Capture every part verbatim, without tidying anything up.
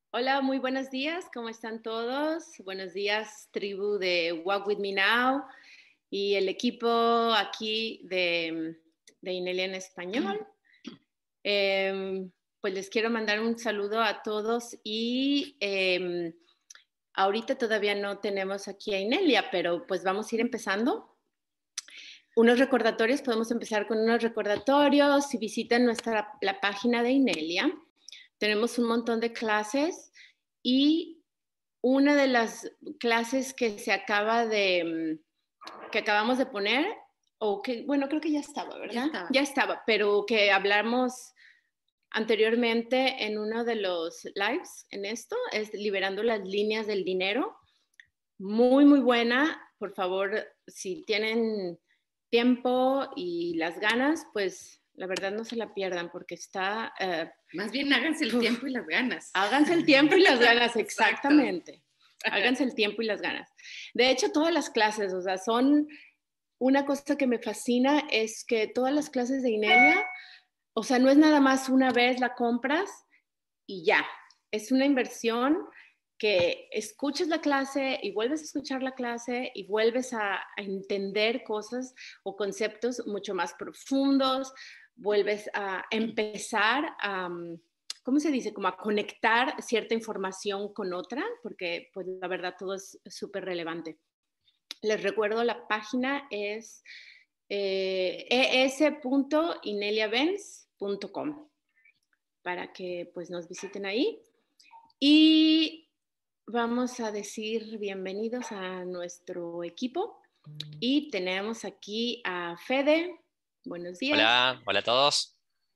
Hola, muy buenos días, ¿cómo están todos? Buenos días, tribu de Walk With Me Now y el equipo aquí de, de Inelia en español. Eh, pues les quiero mandar un saludo a todos y eh, ahorita todavía no tenemos aquí a Inelia, pero pues vamos a ir empezando. Unos recordatorios, podemos empezar con unos recordatorios. Si visitan nuestra, la página de Inelia, tenemos un montón de clases y una de las clases que se acaba de, que acabamos de poner, o que, bueno, creo que ya estaba, ¿verdad? Ya estaba. Ya estaba, pero que hablamos anteriormente en uno de los lives en esto, es liberando las líneas del dinero. Muy, muy buena. Por favor, si tienen tiempo y las ganas, pues la verdad no se la pierdan porque está... Uh, Más bien háganse el uf, tiempo y las ganas. Háganse el tiempo y las ganas, exactamente. Háganse el tiempo y las ganas. De hecho, todas las clases, o sea, son... Una cosa que me fascina es que todas las clases de Inelia, o sea, no es nada más una vez la compras y ya. Es una inversión que escuches la clase y vuelves a escuchar la clase y vuelves a, a entender cosas o conceptos mucho más profundos, vuelves a empezar a, ¿cómo se dice? Como a conectar cierta información con otra, porque pues la verdad todo es súper relevante. Les recuerdo, la página es eh, e s punto ineliabenz punto com para que pues nos visiten ahí. Y vamos a decir bienvenidos a nuestro equipo. Y tenemos aquí a Fede. Buenos días. Hola, hola a todos.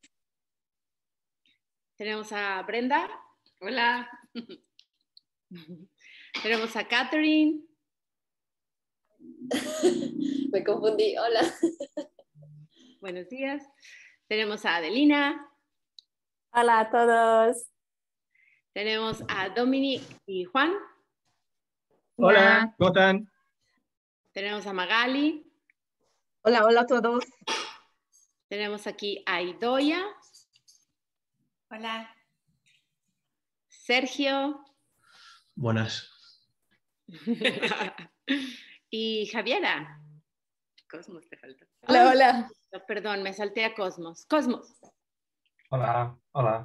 Tenemos a Brenda. Hola. Tenemos a Catherine. Me confundí, hola. Buenos días. Tenemos a Adelina. Hola a todos. Tenemos a Dominic y Juan. Hola, ¿cómo están? Tenemos a Magali. Hola, hola a todos. Tenemos aquí a Idoia. Hola. Sergio. Buenas. Y Javiera. Cosmos te falta. Hola, hola. Oh, perdón, me salté a Cosmos. Cosmos. Hola, hola.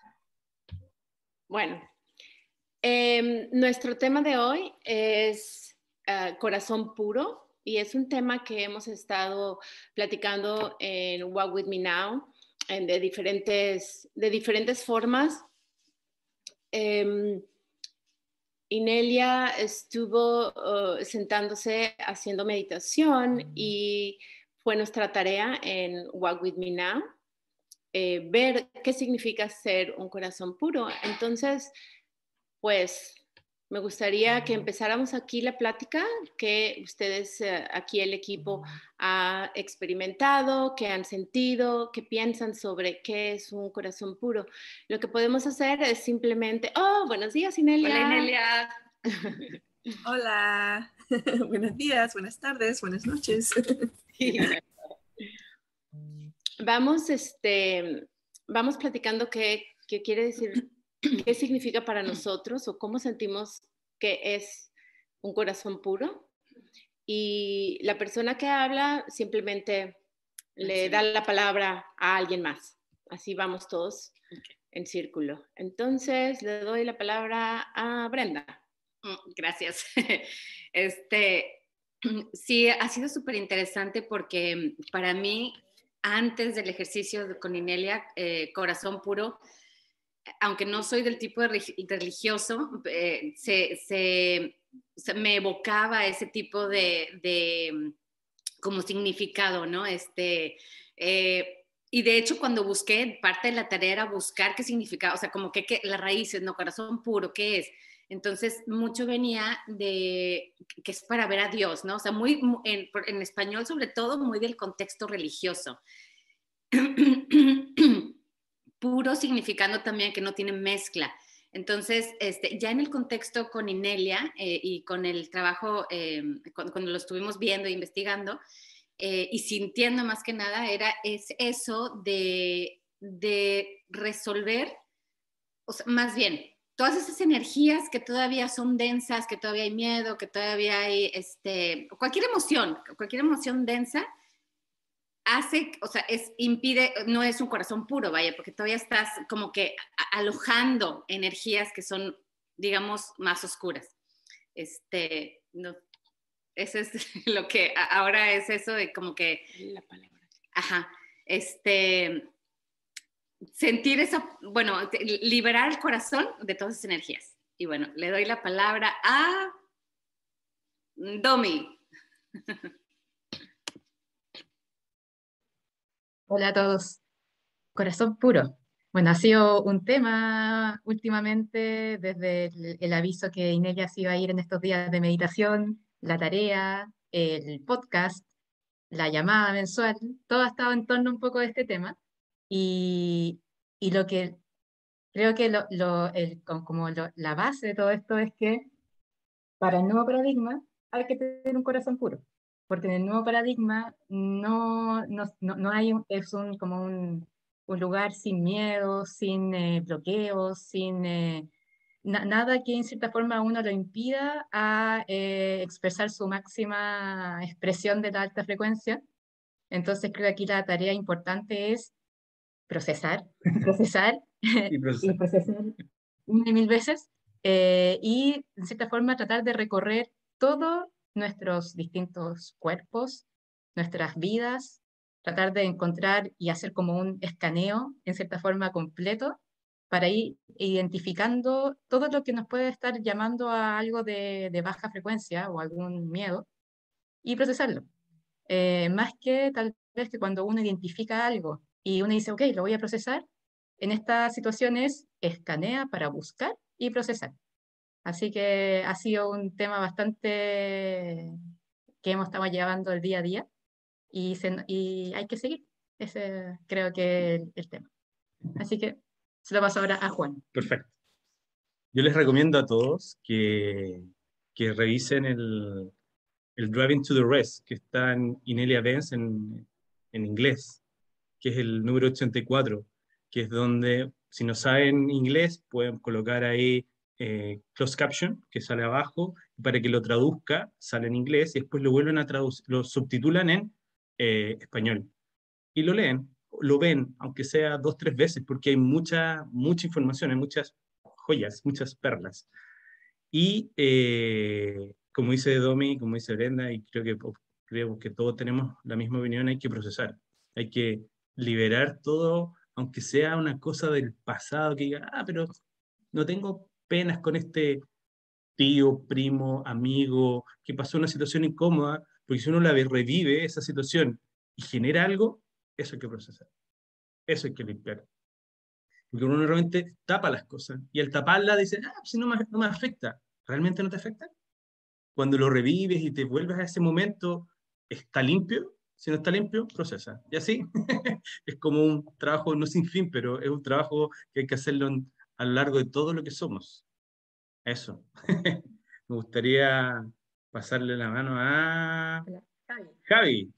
Bueno, eh, nuestro tema de hoy es uh, corazón puro y es un tema que hemos estado platicando en Walk With Me Now en de, diferentes, de diferentes formas. Eh, Inelia estuvo uh, sentándose haciendo meditación y fue nuestra tarea en Walk With Me Now eh, ver qué significa ser un corazón puro. Entonces, pues me gustaría que empezáramos aquí la plática que ustedes eh, aquí el equipo ha experimentado, que han sentido, que piensan sobre qué es un corazón puro. Lo que podemos hacer es simplemente, oh, buenos días, Inelia. Hola, Inelia. Hola. Buenos días, buenas tardes, buenas noches. Sí. Vamos, este, vamos platicando qué, qué quiere decir, qué significa para nosotros o cómo sentimos que es un corazón puro. Y la persona que habla simplemente le da la palabra a alguien más. Así vamos todos en círculo. Entonces, le doy la palabra a Brenda. Gracias. Este, sí, ha sido súper interesante porque para mí, antes del ejercicio con Inelia, eh, corazón puro, aunque no soy del tipo de religioso, eh, se, se, se me evocaba ese tipo de, de como significado, ¿no? Este, eh, y de hecho, cuando busqué, parte de la tarea era buscar qué significaba, o sea, como que, que las raíces, ¿no? Corazón puro, ¿qué es? Entonces, mucho venía de que es para ver a Dios, ¿no? O sea, muy, en, en español, sobre todo, muy del contexto religioso. Puro significando también que no tiene mezcla. Entonces, este, ya en el contexto con Inelia eh, y con el trabajo, eh, cuando, cuando lo estuvimos viendo e investigando eh, y sintiendo más que nada, era es eso de, de resolver, o sea, más bien, todas esas energías que todavía son densas, que todavía hay miedo, que todavía hay este, cualquier emoción, cualquier emoción densa, hace, o sea, es, impide, no es un corazón puro, vaya, porque todavía estás como que alojando energías que son, digamos, más oscuras. Este, no, eso es lo que ahora es eso de como que... La palabra. Ajá, este... sentir esa, bueno, liberar el corazón de todas esas energías. Y bueno, le doy la palabra a Domi. Hola a todos. Corazón puro. Bueno, ha sido un tema últimamente desde el, el aviso que Inelia se iba a ir en estos días de meditación, la tarea, el podcast, la llamada mensual, todo ha estado en torno un poco de este tema. Y, y lo que creo que lo, lo, el, como lo, la base de todo esto es que para el nuevo paradigma hay que tener un corazón puro, porque en el nuevo paradigma no, no, no, no hay un, es un, como un, un lugar sin miedo, sin eh, bloqueos, sin eh, na, nada que en cierta forma a uno lo impida a eh, expresar su máxima expresión de la alta frecuencia. Entonces creo que aquí la tarea importante es procesar, procesar Y procesar. y procesar una y mil veces, eh, y de cierta forma tratar de recorrer todos nuestros distintos cuerpos, nuestras vidas, tratar de encontrar y hacer como un escaneo en cierta forma completo para ir identificando todo lo que nos puede estar llamando a algo de, de baja frecuencia o algún miedo y procesarlo. Eh, más que tal vez que cuando uno identifica algo y uno dice, ok, lo voy a procesar, en estas situaciones escanea para buscar y procesar. Así que ha sido un tema bastante que hemos estado llevando el día a día y, se, y hay que seguir. Ese creo que es el, el tema. Así que se lo paso ahora a Juan. Perfecto. Yo les recomiendo a todos que, que revisen el, el Driving to the Rest, que está en Inelia Benz en, en inglés, que es el número ochenta y cuatro, que es donde, si no saben inglés, pueden colocar ahí eh, closed caption, que sale abajo, para que lo traduzca, sale en inglés, y después lo vuelven a traducir, lo subtitulan en eh, español. Y lo leen, lo ven, aunque sea dos, tres veces, porque hay mucha, mucha información, hay muchas joyas, muchas perlas. Y eh, como dice Domi, como dice Brenda, y creo que, creo que todos tenemos la misma opinión, hay que procesar, hay que liberar todo, aunque sea una cosa del pasado, que diga, ah, pero no tengo penas con este tío, primo, amigo, que pasó una situación incómoda, porque si uno la revive, esa situación, y genera algo, eso hay que procesar, eso hay que limpiar. Porque uno normalmente tapa las cosas, y al taparla dice, ah, si no me, no me afecta. ¿Realmente no te afecta? Cuando lo revives y te vuelves a ese momento, ¿está limpio? Si no está limpio, procesa. Y así es como un trabajo, no sin fin, pero es un trabajo que hay que hacerlo en, a lo largo de todo lo que somos. Eso. Me gustaría pasarle la mano a Javi. Javi.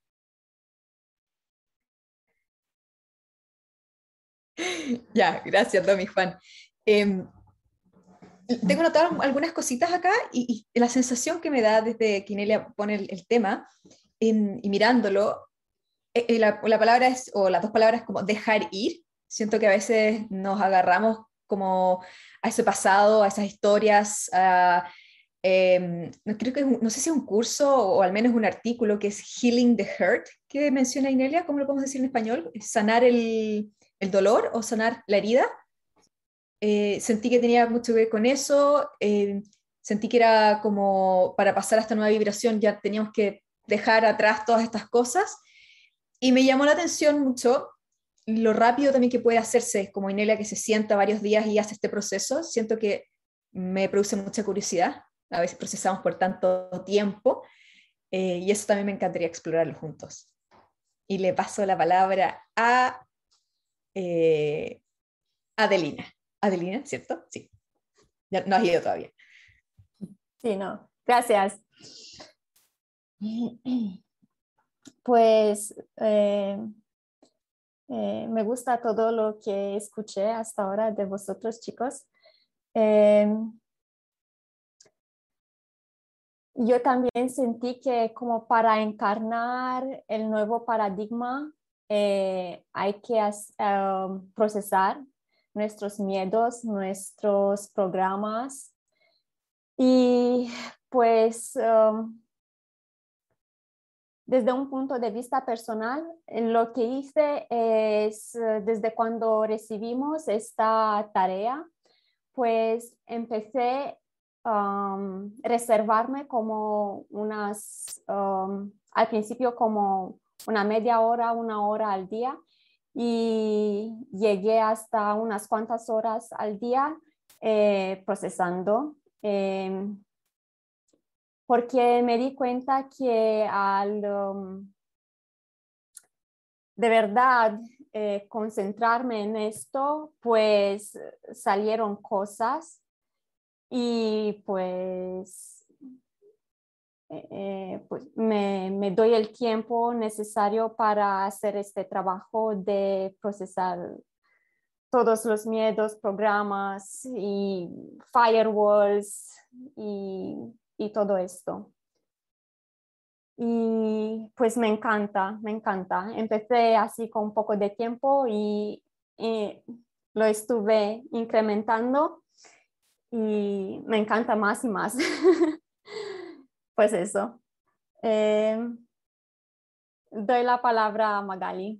Ya, gracias, Domi, Juan. Eh, tengo anotadas algunas cositas acá y, y la sensación que me da desde que Inelia pone el, el tema en, y mirándolo, eh, eh, la, la palabra es, o las dos palabras como dejar ir. Siento que a veces nos agarramos como a ese pasado, a esas historias, a, eh, no, creo que es un, no sé si es un curso o al menos un artículo que es Healing the Hurt, que menciona Inelia, ¿cómo lo podemos decir en español? ¿Sanar el, el dolor o sanar la herida? Eh, sentí que tenía mucho que ver con eso, eh, sentí que era como para pasar a esta nueva vibración ya teníamos que dejar atrás todas estas cosas, y me llamó la atención mucho lo rápido también que puede hacerse, como Inelia que se sienta varios días y hace este proceso. Siento que me produce mucha curiosidad, a veces procesamos por tanto tiempo, eh, y eso también me encantaría explorarlo juntos. Y le paso la palabra a eh, Adelina. Adelina, ¿cierto? Sí. Ya no has ido todavía. Sí, no. Gracias. Pues eh, eh, me gusta todo lo que escuché hasta ahora de vosotros, chicos. Eh, yo también sentí que como para encarnar el nuevo paradigma eh, hay que um, procesar nuestros miedos, nuestros programas y pues um, desde un punto de vista personal, lo que hice es desde cuando recibimos esta tarea, pues empecé a um, reservarme como unas, um, al principio como una media hora, una hora al día y llegué hasta unas cuantas horas al día eh, procesando. Eh, porque me di cuenta que al um, de verdad eh, concentrarme en esto, pues salieron cosas y pues, eh, pues me, me doy el tiempo necesario para hacer este trabajo de procesar todos los miedos, programas y firewalls y, y todo esto. Y pues me encanta, me encanta. Empecé así con un poco de tiempo y, y lo estuve incrementando y me encanta más y más. Pues eso. Eh, doy la palabra a Magali.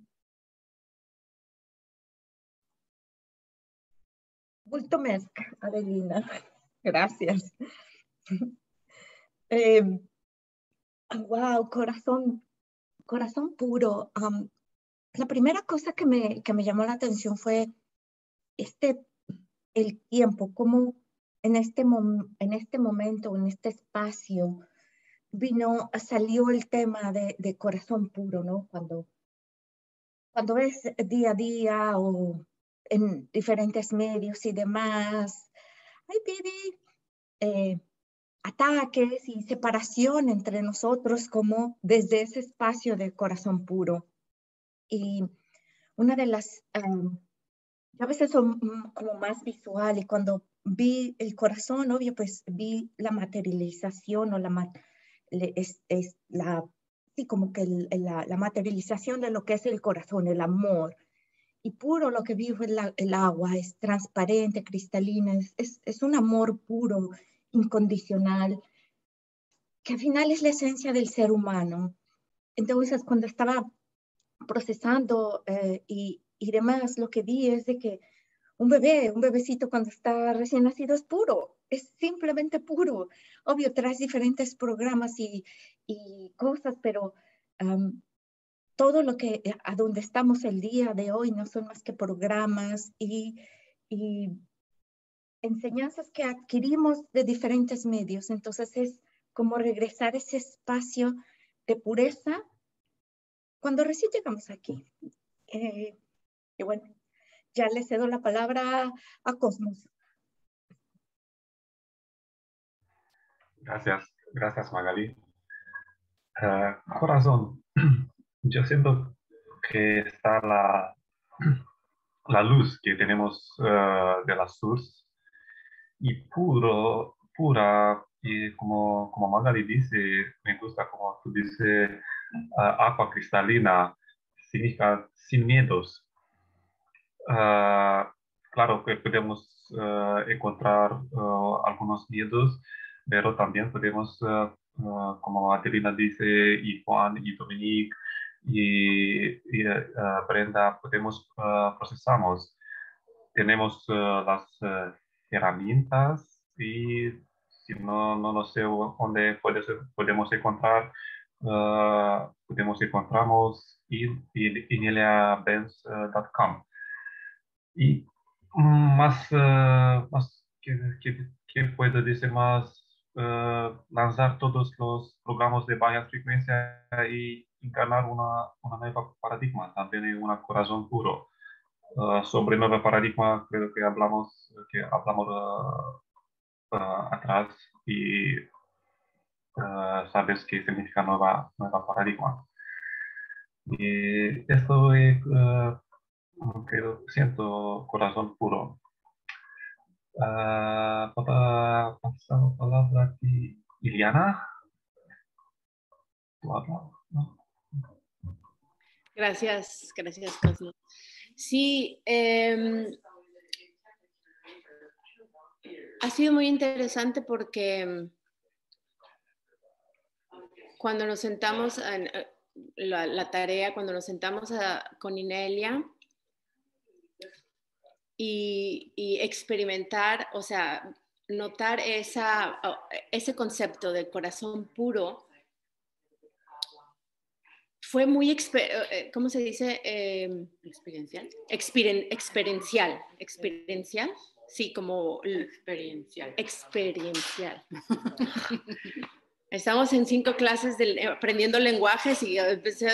Molto mesc, Adelina. Gracias. Eh, wow, corazón, corazón puro. Um, la primera cosa que me, que me llamó la atención fue este, el tiempo, cómo en este, mom en este momento, en este espacio, vino, salió el tema de, de corazón puro, ¿no? Cuando, cuando ves día a día o en diferentes medios y demás, ay, baby, eh, ataques y separación entre nosotros como desde ese espacio de corazón puro. Y una de las, um, a veces son como más visual y cuando vi el corazón, obvio, pues vi la materialización o la, es, es la, sí, como que el, la, la materialización de lo que es el corazón, el amor. Y puro lo que vi fue la, el agua, es transparente, cristalina, es, es, es un amor puro, incondicional, que al final es la esencia del ser humano. Entonces, cuando estaba procesando eh, y, y demás, lo que vi es de que un bebé, un bebecito cuando está recién nacido es puro, es simplemente puro. Obvio, traes diferentes programas y, y cosas, pero um, todo lo que, a donde estamos el día de hoy no son más que programas y, y enseñanzas que adquirimos de diferentes medios. Entonces es como regresar a ese espacio de pureza cuando recién llegamos aquí. Eh, y bueno, ya le cedo la palabra a Cosmos. Gracias, gracias Magali. Uh, corazón, yo siento que está la, la luz que tenemos uh, de las luz y puro, pura, y como, como Magali dice, me gusta como tú dices, uh, agua cristalina, significa sin miedos. Uh, claro que podemos uh, encontrar uh, algunos miedos, pero también podemos, uh, uh, como Adelina dice, y Juan y Dominique y, y uh, Brenda, podemos uh, procesamos. Tenemos uh, las uh, herramientas y si no, no, no sé dónde puede ser, podemos encontrar, uh, podemos encontramos en inelia benz punto com. Y más, uh, más ¿qué, qué, qué puedo decir más? Uh, lanzar todos los programas de baja frecuencia y encarnar una, una nueva paradigma, también en un corazón puro. Uh, sobre nuevo paradigma, creo que hablamos, que hablamos uh, uh, atrás y uh, sabes qué significa nueva, nueva paradigma. Y esto es, uh, que siento corazón puro. Uh, Papa, pasamos palabra a ti, Iliana. ¿Tú hablas? ¿No? Gracias, gracias, Cosmo. Sí, eh, ha sido muy interesante porque cuando nos sentamos, en la, la tarea, cuando nos sentamos a, con Inelia y, y experimentar, o sea, notar esa, ese concepto del corazón puro, fue muy, ¿cómo se dice? Eh, experiencial. Experien, experiencial. Experiencial. Sí, como... Experiencial. Experiencial. Estamos en cinco clases de, aprendiendo lenguajes y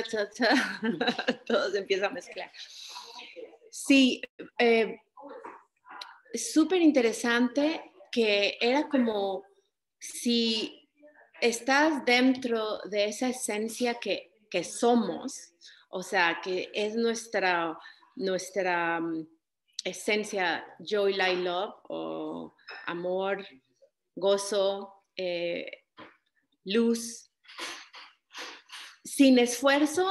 todo se empieza a mezclar. Sí, eh, súper interesante que era como si estás dentro de esa esencia que, que somos, o sea, que es nuestra, nuestra um, esencia, joy, light, love, o amor, gozo, eh, luz, sin esfuerzo.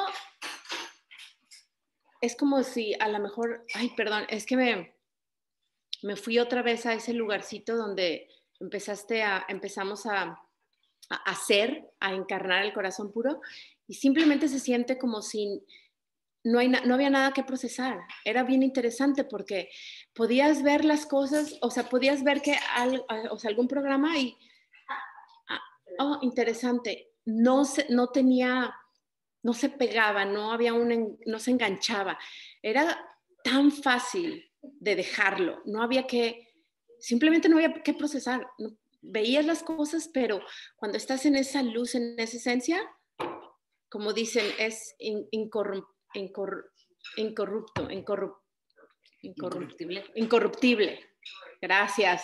Es como si a lo mejor, ay, perdón, es que me, me fui otra vez a ese lugarcito donde empezaste a, empezamos a, a hacer, a encarnar el corazón puro, y simplemente se siente como si no, hay, no había nada que procesar. Era bien interesante porque podías ver las cosas, o sea, podías ver que al, o sea, algún programa y, oh, interesante, no, se, no tenía, no se pegaba, no había un, no se enganchaba. Era tan fácil de dejarlo, no había que, simplemente no había que procesar. Veías las cosas, pero cuando estás en esa luz, en esa esencia, como dicen, es incorruptible, incor, incorrupto, incorrup, incorruptible. Incorruptible. Gracias.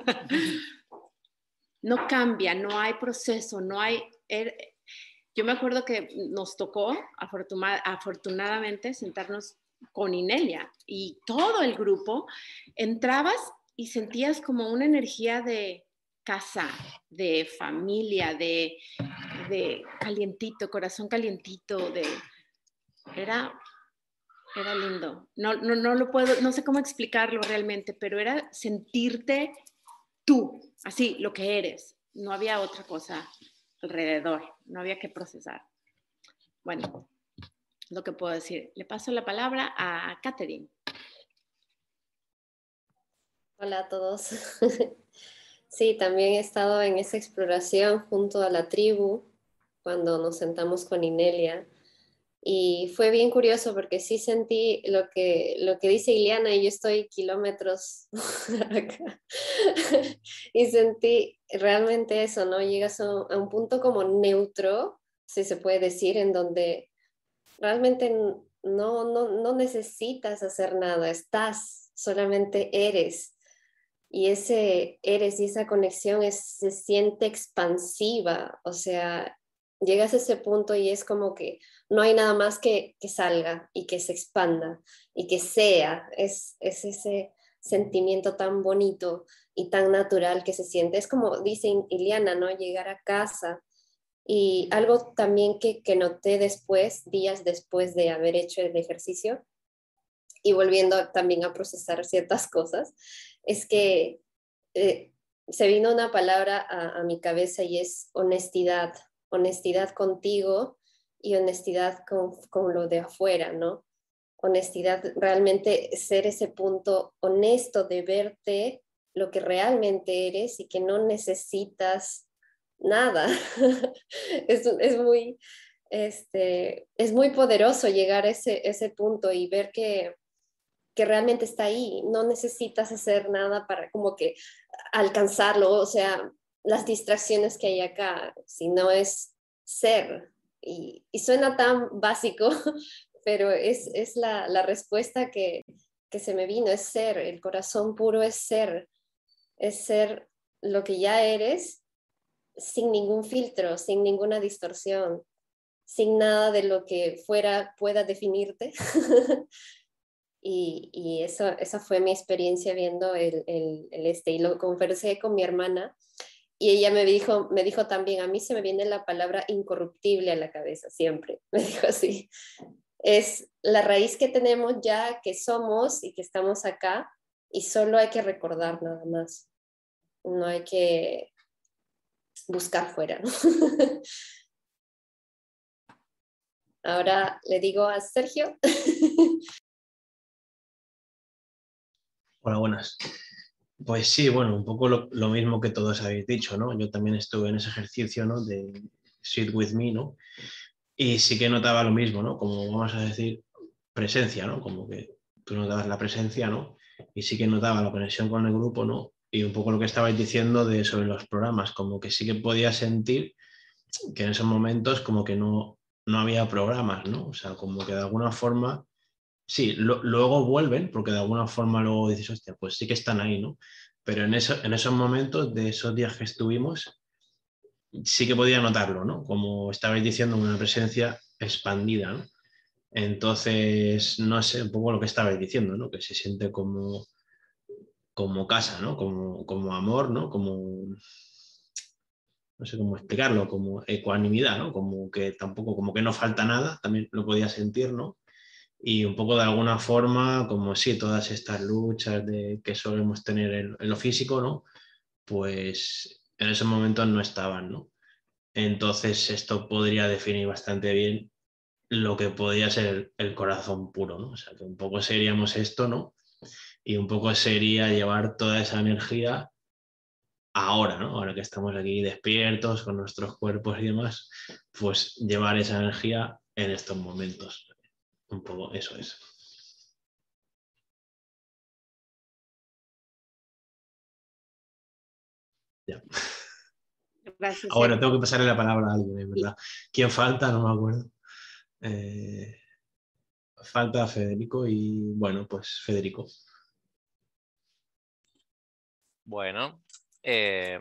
No cambia, no hay proceso, no hay... Er, yo me acuerdo que nos tocó, afortuna, afortunadamente, sentarnos con Inelia y todo el grupo, entrabas y sentías como una energía de casa, de familia, de, de calientito, corazón calientito, de... Era, era lindo. No, no, no lo puedo, no sé cómo explicarlo realmente, pero era sentirte tú, así, lo que eres. No había otra cosa alrededor, no había que procesar. Bueno, lo que puedo decir. Le paso la palabra a Catherine. Hola a todos. Sí, también he estado en esa exploración junto a la tribu cuando nos sentamos con Inelia. Y fue bien curioso porque sí sentí lo que, lo que dice Iliana y yo estoy kilómetros acá. Y sentí realmente eso, ¿no? Llegas a, a un punto como neutro, si se puede decir, en donde realmente no, no, no necesitas hacer nada, estás, solamente eres. Y ese eres y esa conexión es, se siente expansiva, o sea, llegas a ese punto y es como que no hay nada más que, que salga y que se expanda y que sea, es, es ese sentimiento tan bonito y tan natural que se siente. Es como dice Iliana, ¿no? Llegar a casa. Y algo también que, que noté después, días después de haber hecho el ejercicio, y volviendo también a procesar ciertas cosas, es que eh, se vino una palabra a, a mi cabeza y es honestidad, honestidad contigo y honestidad con, con lo de afuera, ¿no? Honestidad, realmente ser ese punto honesto de verte lo que realmente eres y que no necesitas nada. es, es, muy, este, es muy poderoso llegar a ese, ese punto y ver que que realmente está ahí, no necesitas hacer nada para como que alcanzarlo, o sea, las distracciones que hay acá, sino es ser. Y, y suena tan básico, pero es, es la, la respuesta que, que se me vino, es ser, el corazón puro es ser, es ser lo que ya eres sin ningún filtro, sin ninguna distorsión, sin nada de lo que fuera pueda definirte. Y, y eso, esa fue mi experiencia viendo el, el, el este. Y lo conversé con mi hermana y ella me dijo, me dijo también, a mí se me viene la palabra incorruptible a la cabeza siempre. Me dijo así. Es la raíz que tenemos ya, que somos y que estamos acá, y solo hay que recordar nada más. No hay que buscar fuera, ¿no? Ahora le digo a Sergio. Hola, buenas. Pues sí, bueno, un poco lo, lo mismo que todos habéis dicho, ¿no? Yo también estuve en ese ejercicio, ¿no? De Sit With Me, ¿no? Y sí que notaba lo mismo, ¿no? Como vamos a decir, presencia, ¿no? Como que tú notabas la presencia, ¿no? Y sí que notaba la conexión con el grupo, ¿no? Y un poco lo que estabais diciendo de, sobre los programas, como que sí que podía sentir que en esos momentos como que no, no había programas, ¿no? O sea, como que de alguna forma, sí, lo, luego vuelven, porque de alguna forma luego dices, hostia, pues sí que están ahí, ¿no? Pero en, eso, en esos momentos de esos días que estuvimos, sí que podía notarlo, ¿no? Como estabais diciendo, una presencia expandida, ¿no? Entonces, no sé, un poco lo que estabais diciendo, ¿no? Que se siente como, como casa, ¿no? Como, como amor, ¿no? Como, no sé cómo explicarlo, como ecuanimidad, ¿no? Como que tampoco, como que no falta nada, también lo podía sentir, ¿no? Y un poco de alguna forma, como sí, todas estas luchas de, que solemos tener en, en lo físico, ¿no? Pues en esos momentos no estaban, ¿no? Entonces esto podría definir bastante bien lo que podría ser el, el corazón puro, ¿no? O sea, que un poco seríamos esto, ¿no? Y un poco sería llevar toda esa energía ahora, ¿no? Ahora que estamos aquí despiertos con nuestros cuerpos y demás, pues llevar esa energía en estos momentos. Un poco eso es. Ya. Gracias. Ahora bueno, tengo que pasarle la palabra a alguien, en verdad. ¿Quién falta? No me acuerdo. Eh, falta Federico y bueno, pues Federico. Bueno, eh,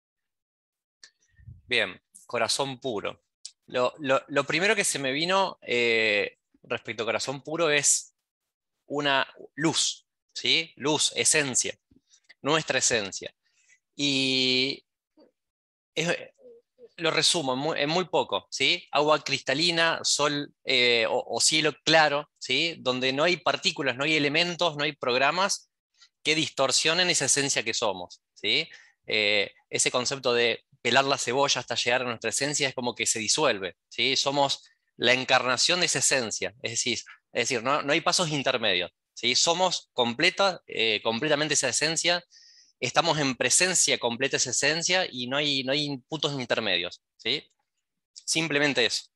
bien, corazón puro. Lo, lo, lo primero que se me vino eh, respecto a corazón puro es una luz, ¿sí? Luz, esencia, nuestra esencia. Y es, lo resumo en muy, en muy poco, ¿sí? Agua cristalina, sol eh, o, o cielo claro, ¿sí? Donde no hay partículas, no hay elementos, no hay programas que distorsionen esa esencia que somos, ¿sí? Eh, ese concepto de pelar la cebolla hasta llegar a nuestra esencia es como que se disuelve, ¿sí? Somos la encarnación de esa esencia, es decir, es decir no, no hay pasos intermedios, ¿sí? Somos completa, eh, completamente esa esencia, estamos en presencia completa de esa esencia y no hay, no hay puntos intermedios, ¿sí? Simplemente eso.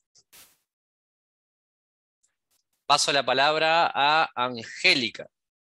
Paso la palabra a Angélica.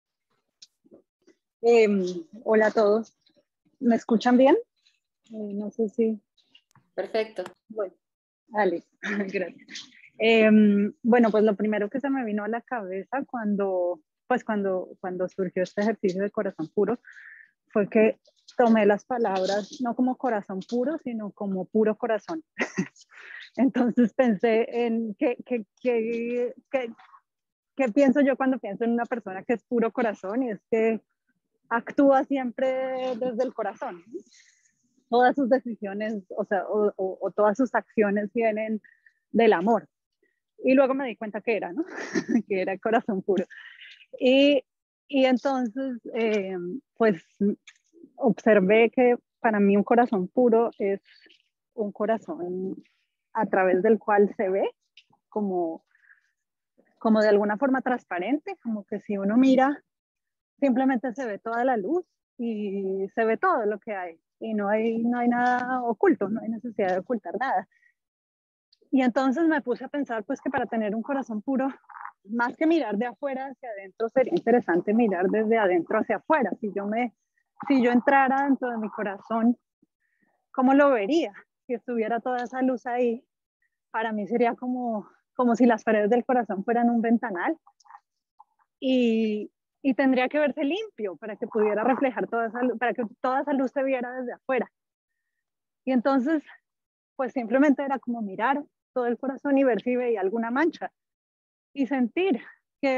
Eh, hola a todos. ¿Me escuchan bien? Eh, no sé si... Perfecto. Bueno, dale, gracias. Eh, bueno, pues lo primero que se me vino a la cabeza cuando, pues cuando, cuando surgió este ejercicio de corazón puro fue que tomé las palabras no como corazón puro, sino como puro corazón. Entonces pensé en qué, qué, qué, qué, qué pienso yo cuando pienso en una persona que es puro corazón, y es que actúa siempre desde el corazón. Todas sus decisiones, o sea, o, o, o todas sus acciones vienen del amor. Y luego me di cuenta que era, ¿no? que era corazón puro. Y, y entonces, eh, pues, observé que para mí un corazón puro es un corazón a través del cual se ve como, como de alguna forma transparente, como que si uno mira, simplemente se ve toda la luz y se ve todo lo que hay. Y no hay, no hay nada oculto, no hay necesidad de ocultar nada. Y entonces me puse a pensar pues que para tener un corazón puro, más que mirar de afuera hacia adentro, sería interesante mirar desde adentro hacia afuera. Si yo, me, si yo entrara dentro de mi corazón, ¿cómo lo vería? Si estuviera toda esa luz ahí, para mí sería como, como si las paredes del corazón fueran un ventanal. Y, y tendría que verse limpio para que pudiera reflejar toda esa luz, para que toda esa luz se viera desde afuera. Y entonces, pues simplemente era como mirar todo el corazón y ver si veía alguna mancha y sentir qué es,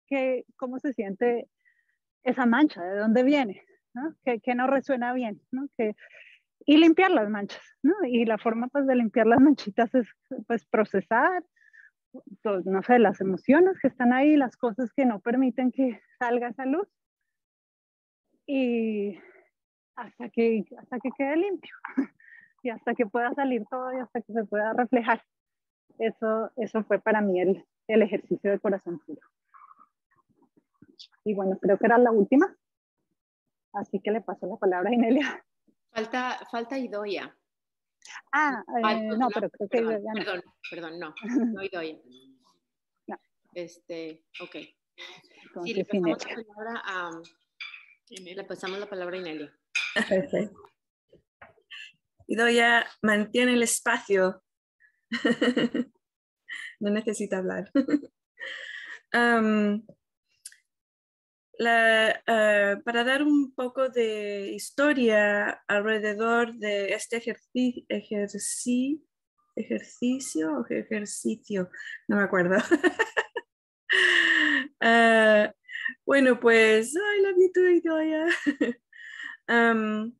qué, cómo se siente esa mancha, de dónde viene, ¿no? Que, que no resuena bien, ¿no? Que, y limpiar las manchas, ¿no? Y la forma pues de limpiar las manchitas es pues procesar, pues, no sé, las emociones que están ahí, las cosas que no permiten que salga esa luz y hasta que, hasta que quede limpio y hasta que pueda salir todo y hasta que se pueda reflejar. Eso, eso fue para mí el, el ejercicio de corazón puro. Y bueno, creo que era la última, así que le paso la palabra a Inelia. Falta, falta Idoia. Ah, eh, Ay, no, no, pero creo que perdón, ya no. perdón, perdón, no, no Idoia. No. Este, ok. Entonces, Sí, le pasamos Inelia. la palabra a, le pasamos la palabra a Inelia. Perfecto. Idoia mantiene el espacio. No necesita hablar. um, la, uh, para dar un poco de historia alrededor de este ejercicio, ejerci, ejercicio o ejercicio, no me acuerdo. uh, bueno, pues, I love you too, Idoia. um,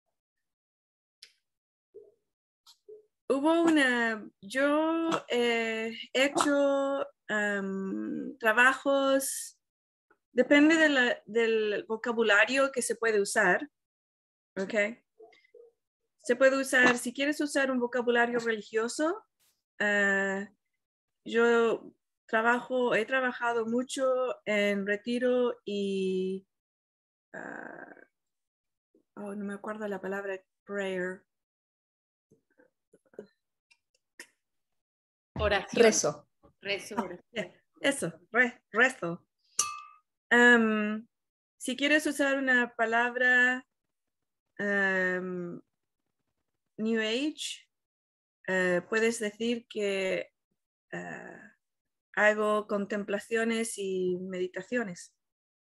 Hubo una, yo he hecho um, trabajos, depende de la, del vocabulario que se puede usar, ¿ok? Se puede usar, si quieres usar un vocabulario religioso, uh, yo trabajo, he trabajado mucho en retiro y, uh, oh, no me acuerdo la palabra, prayer. Oración. Rezo. Rezo. Oh, yeah. Eso, re, rezo. Um, si quieres usar una palabra um, New Age, uh, puedes decir que uh, hago contemplaciones y meditaciones.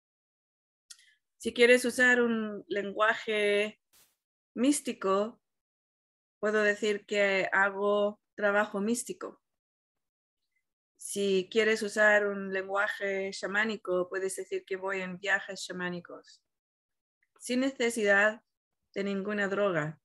Si quieres usar un lenguaje místico, puedo decir que hago trabajo místico. Si quieres usar un lenguaje chamánico, puedes decir que voy en viajes chamánicos, sin necesidad de ninguna droga.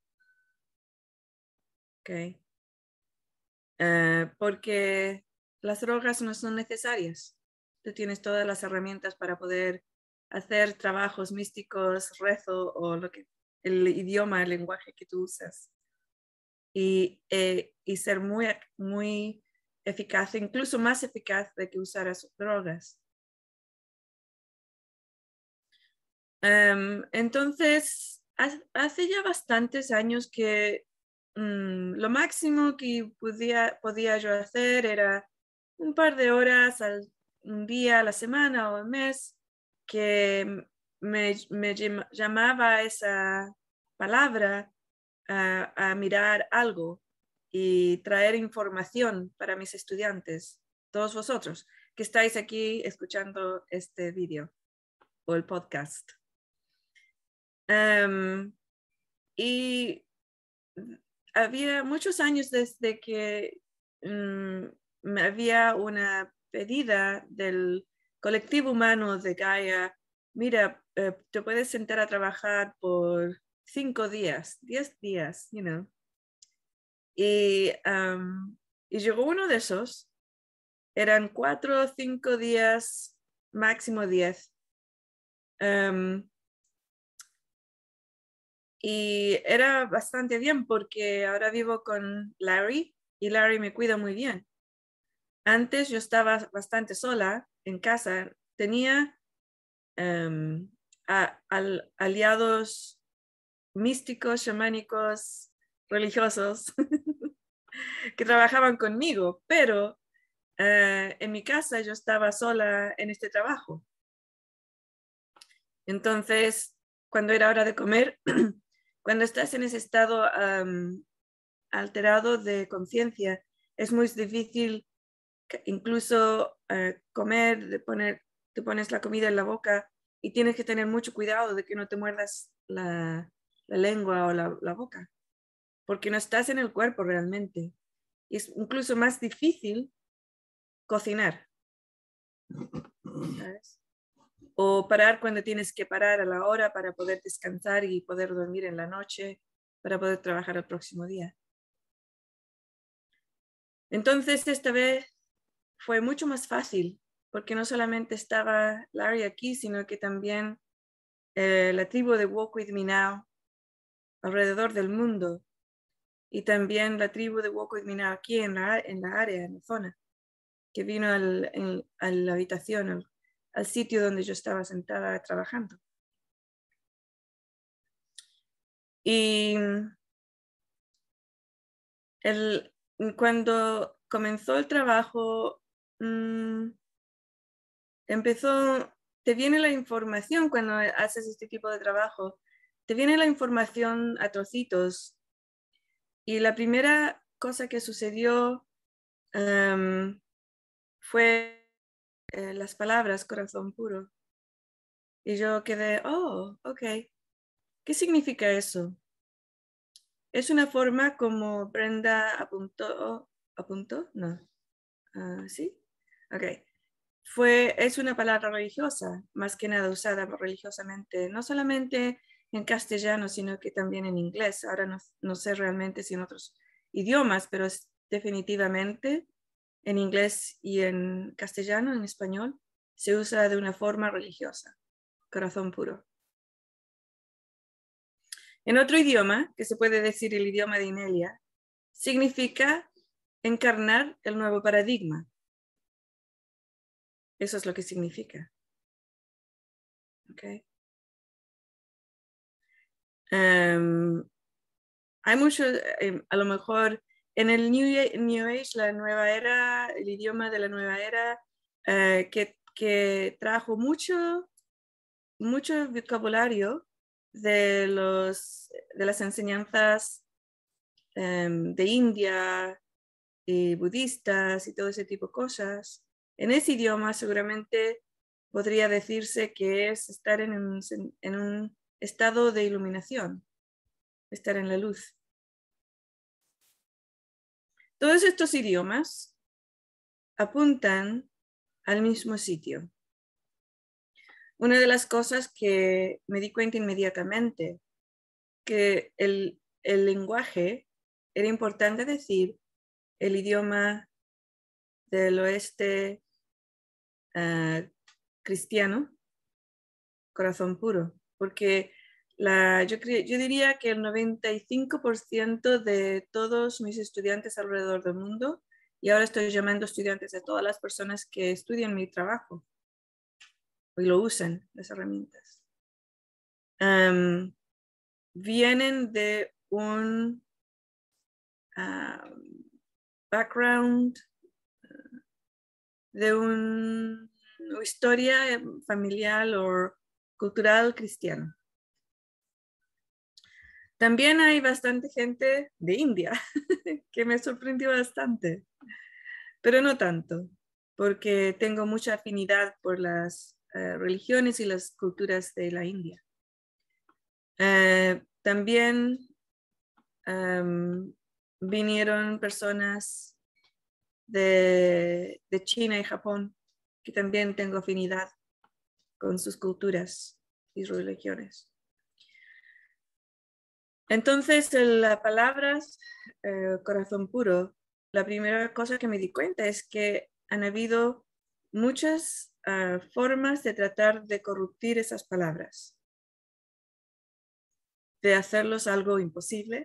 Okay. Uh, porque las drogas no son necesarias. Tú tienes todas las herramientas para poder hacer trabajos místicos, rezo o lo que, el idioma, el lenguaje que tú usas. Y, eh, y ser muy, muy eficaz, incluso más eficaz de que usar esas drogas. Um, entonces, hace ya bastantes años que um, lo máximo que podía, podía yo hacer era un par de horas al un día a la semana o al mes que me, me llamaba esa palabra a, a mirar algo y traer información para mis estudiantes, todos vosotros que estáis aquí escuchando este vídeo o el podcast. Um, y había muchos años desde que um, me había una pedida del colectivo humano de Gaia, mira, eh, te puedes sentar a trabajar por cinco días, diez días, you know. Y, um, y llegó uno de esos, eran cuatro o cinco días, máximo diez. Um, y era bastante bien porque ahora vivo con Larry y Larry me cuida muy bien. Antes yo estaba bastante sola en casa, tenía um, a, al, aliados místicos, chamánicos, religiosos que trabajaban conmigo, pero uh, en mi casa yo estaba sola en este trabajo. Entonces, cuando era hora de comer, cuando estás en ese estado um, alterado de conciencia, es muy difícil incluso uh, comer, de poner, te pones la comida en la boca y tienes que tener mucho cuidado de que no te muerdas la, la lengua o la, la boca, porque no estás en el cuerpo realmente. Y es incluso más difícil cocinar. ¿sabes? O parar cuando tienes que parar a la hora para poder descansar y poder dormir en la noche, para poder trabajar el próximo día. Entonces, esta vez fue mucho más fácil, porque no solamente estaba Larry aquí, sino que también eh, la tribu de Walk With Me Now alrededor del mundo, y también la tribu de Walk With Me Now aquí en la, en la área, en la zona, que vino al, en, a la habitación, al, al sitio donde yo estaba sentada trabajando. Y el, cuando comenzó el trabajo, mmm, empezó, te viene la información cuando haces este tipo de trabajo, te viene la información a trocitos. Y la primera cosa que sucedió um, fue eh, las palabras corazón puro. Y yo quedé, oh, ok. ¿Qué significa eso? Es una forma como Brenda apuntó, ¿apuntó? No. Uh, ¿Sí? Ok. Fue, es una palabra religiosa, más que nada usada religiosamente, no solamente en castellano, sino que también en inglés. Ahora no, no sé realmente si en otros idiomas, pero es definitivamente en inglés y en castellano, en español, se usa de una forma religiosa, corazón puro. En otro idioma, que se puede decir el idioma de Inelia, significa encarnar el nuevo paradigma. Eso es lo que significa. Okay. Um, hay mucho, eh, a lo mejor en el New, New Age, la nueva era, el idioma de la nueva era, uh, que, que trajo mucho, mucho vocabulario de, los, de las enseñanzas um, de India y budistas y todo ese tipo de cosas. En ese idioma seguramente podría decirse que es estar en un, en un estado de iluminación, estar en la luz. Todos estos idiomas apuntan al mismo sitio. Una de las cosas que me di cuenta inmediatamente, que el, el lenguaje, era importante decir el idioma del oeste uh, cristiano, corazón puro, porque la, yo, yo diría que el noventa y cinco por ciento de todos mis estudiantes alrededor del mundo, y ahora estoy llamando estudiantes de todas las personas que estudian mi trabajo y lo usan, las herramientas, um, vienen de un um, background, uh, de un, una historia familiar o cultural cristiana. También hay bastante gente de India, que me sorprendió bastante, pero no tanto, porque tengo mucha afinidad por las uh, religiones y las culturas de la India. Uh, también um, vinieron personas de, de China y Japón, que también tengo afinidad con sus culturas y religiones. Entonces, las palabras eh, corazón puro, la primera cosa que me di cuenta es que han habido muchas uh, formas de tratar de corruptir esas palabras, de hacerlos algo imposible,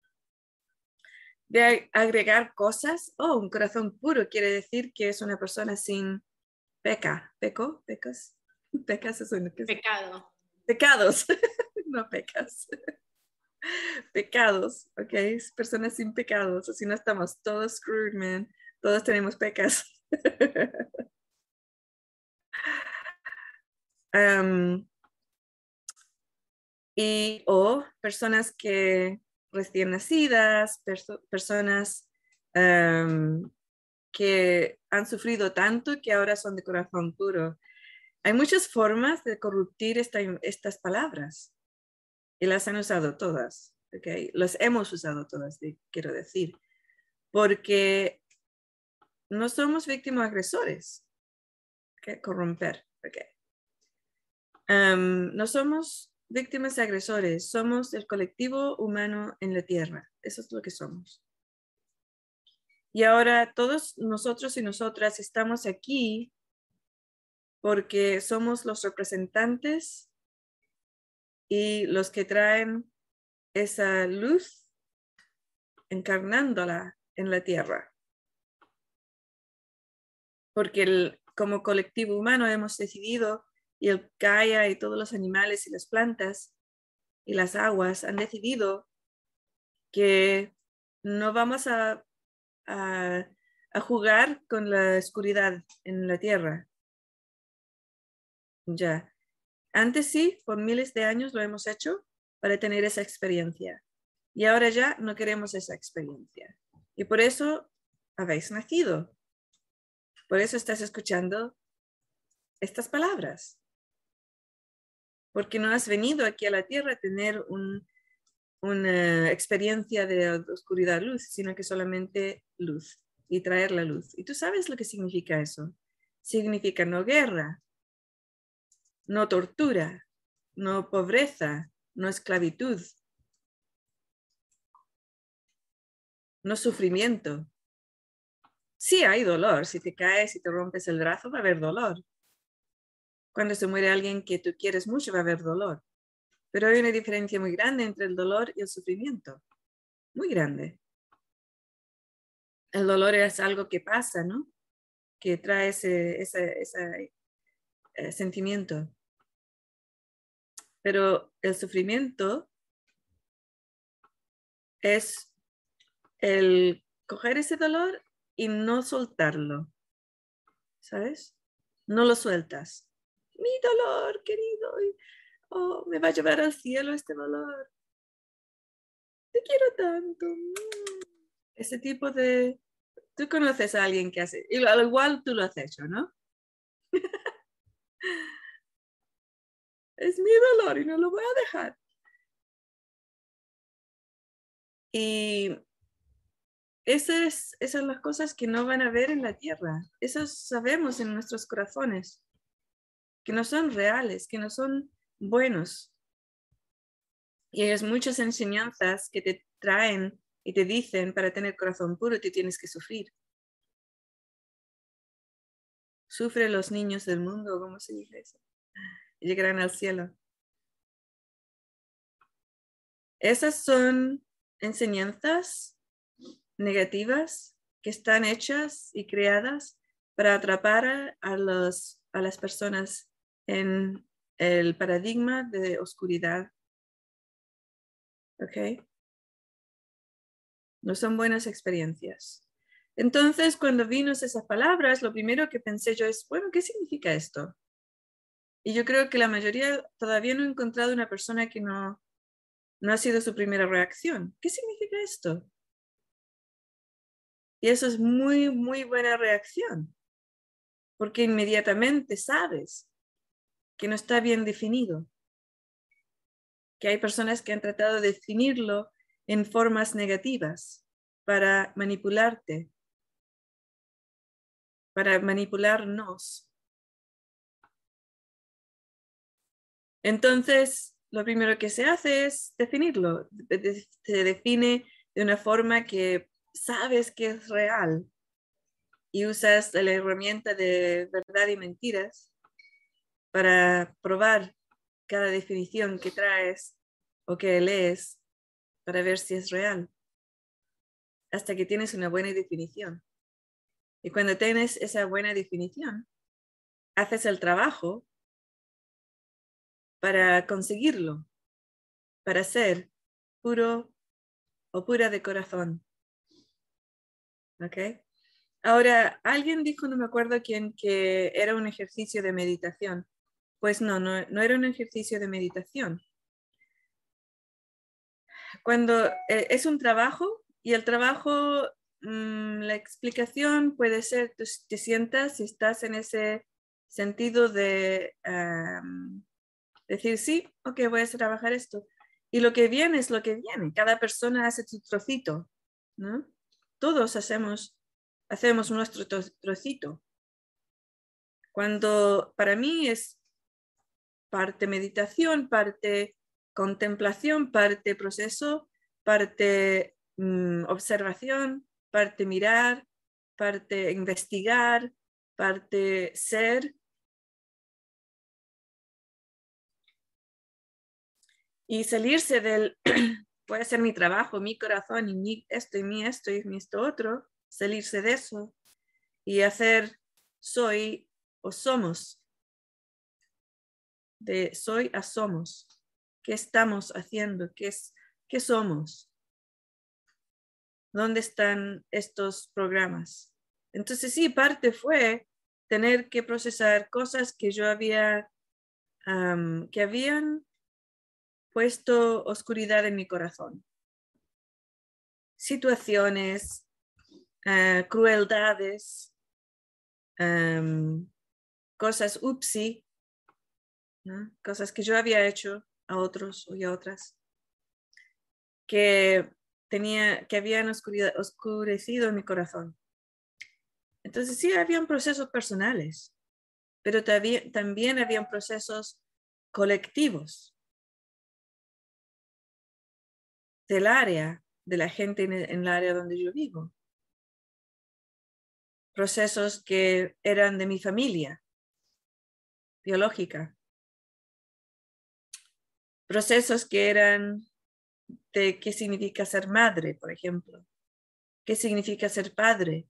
de agregar cosas. Oh, un corazón puro quiere decir que es una persona sin peca, peco, pecas, pecas es una, pecado. Pecados, no pecas. Pecados, ok, personas sin pecados, así no estamos todos screwed, man, todos tenemos pecas. um, y o personas que recién nacidas, perso personas um, que han sufrido tanto que ahora son de corazón puro. Hay muchas formas de corruptir esta, estas palabras. Y las han usado todas, ¿ok? Las hemos usado todas, quiero decir, porque no somos víctimas agresores. Okay, corromper. Okay. Um, no somos víctimas y agresores, somos el colectivo humano en la Tierra. Eso es lo que somos. Y ahora todos nosotros y nosotras estamos aquí porque somos los representantes y los que traen esa luz encarnándola en la Tierra. Porque el, como colectivo humano hemos decidido, y el Gaia y todos los animales y las plantas y las aguas han decidido que no vamos a, a, a jugar con la oscuridad en la Tierra. Ya. Antes sí, por miles de años lo hemos hecho para tener esa experiencia. Y ahora ya no queremos esa experiencia. Y por eso habéis nacido. Por eso estás escuchando estas palabras. Porque no has venido aquí a la Tierra a tener un, una experiencia de oscuridad-luz, sino que solamente luz y traer la luz. Y tú sabes lo que significa eso. Significa no guerra, no tortura, no pobreza, no esclavitud, no sufrimiento. Sí hay dolor, si te caes y te rompes el brazo va a haber dolor. Cuando se muere alguien que tú quieres mucho va a haber dolor. Pero hay una diferencia muy grande entre el dolor y el sufrimiento. Muy grande. El dolor es algo que pasa, ¿no? Que trae ese, ese, ese eh, sentimiento. Pero el sufrimiento es el coger ese dolor y no soltarlo. ¿Sabes? No lo sueltas. Mi dolor, querido. Oh, me va a llevar al cielo este dolor. Te quiero tanto. Ese tipo de... Tú conoces a alguien que hace... Y al igual tú lo has hecho, ¿no? Es mi dolor y no lo voy a dejar. Y esas, esas son las cosas que no van a ver en la tierra. Eso sabemos en nuestros corazones. Que no son reales, que no son buenos. Y hay muchas enseñanzas que te traen y te dicen para tener corazón puro te tienes que sufrir. Sufre los niños del mundo, ¿cómo se dice eso? Y llegarán al cielo. Esas son enseñanzas negativas que están hechas y creadas para atrapar a, a, los, a las personas en el paradigma de oscuridad. ¿Ok? No son buenas experiencias. Entonces, cuando vino esas palabras, lo primero que pensé yo es, bueno, ¿qué significa esto? Y yo creo que la mayoría todavía no he encontrado una persona que no, no ha sido su primera reacción. ¿Qué significa esto? Y eso es muy, muy buena reacción, porque inmediatamente sabes que no está bien definido, que hay personas que han tratado de definirlo en formas negativas para manipularte, para manipularnos. Entonces, lo primero que se hace es definirlo. Se define de una forma que sabes que es real y usas la herramienta de verdad y mentiras para probar cada definición que traes o que lees para ver si es real, hasta que tienes una buena definición. Y cuando tienes esa buena definición, haces el trabajo para conseguirlo, para ser puro o pura de corazón. ¿Ok? Ahora, alguien dijo, no me acuerdo quién, que era un ejercicio de meditación. Pues no, no, no era un ejercicio de meditación. Cuando eh, es un trabajo y el trabajo, mmm, la explicación puede ser, tú te sientas y estás en ese sentido de um, decir, sí, ok, voy a trabajar esto. Y lo que viene es lo que viene. Cada persona hace su trocito, ¿no? Todos hacemos, hacemos nuestro trocito. Cuando para mí es parte meditación, parte contemplación, parte proceso, parte mmm, observación, parte mirar, parte investigar, parte ser. Y salirse del, puede ser mi trabajo, mi corazón, y mi esto, y mi esto, y mi esto otro, salirse de eso y hacer soy o somos. De soy a somos. ¿Qué estamos haciendo? ¿Qué, es, qué somos? ¿Dónde están estos programas? Entonces sí, parte fue tener que procesar cosas que yo había, um, que habían puesto oscuridad en mi corazón. Situaciones, uh, crueldades, um, cosas upsi, ¿no? Cosas que yo había hecho a otros y a otras, que, tenía, que habían oscurecido mi corazón. Entonces sí, habían procesos personales, pero también, también habían procesos colectivos del área, de la gente en el, en el área donde yo vivo. Procesos que eran de mi familia biológica. Procesos que eran de qué significa ser madre, por ejemplo. ¿Qué significa ser padre?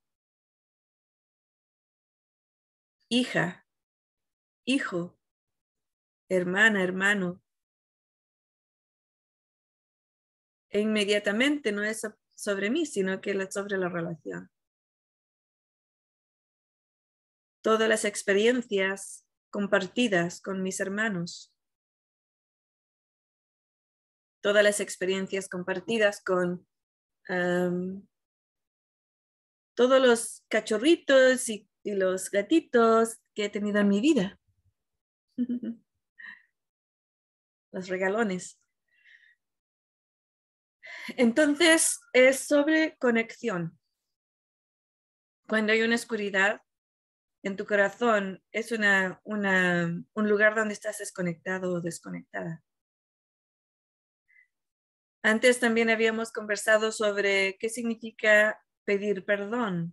Hija, hijo, hermana, hermano. E inmediatamente no es sobre mí, sino que es sobre la relación. Todas las experiencias compartidas con mis hermanos. Todas las experiencias compartidas con um, todos los cachorritos y, y los gatitos que he tenido en mi vida. Los regalones. Entonces, es sobre conexión. Cuando hay una oscuridad en tu corazón, es una, una, un lugar donde estás desconectado o desconectada. Antes también habíamos conversado sobre qué significa pedir perdón.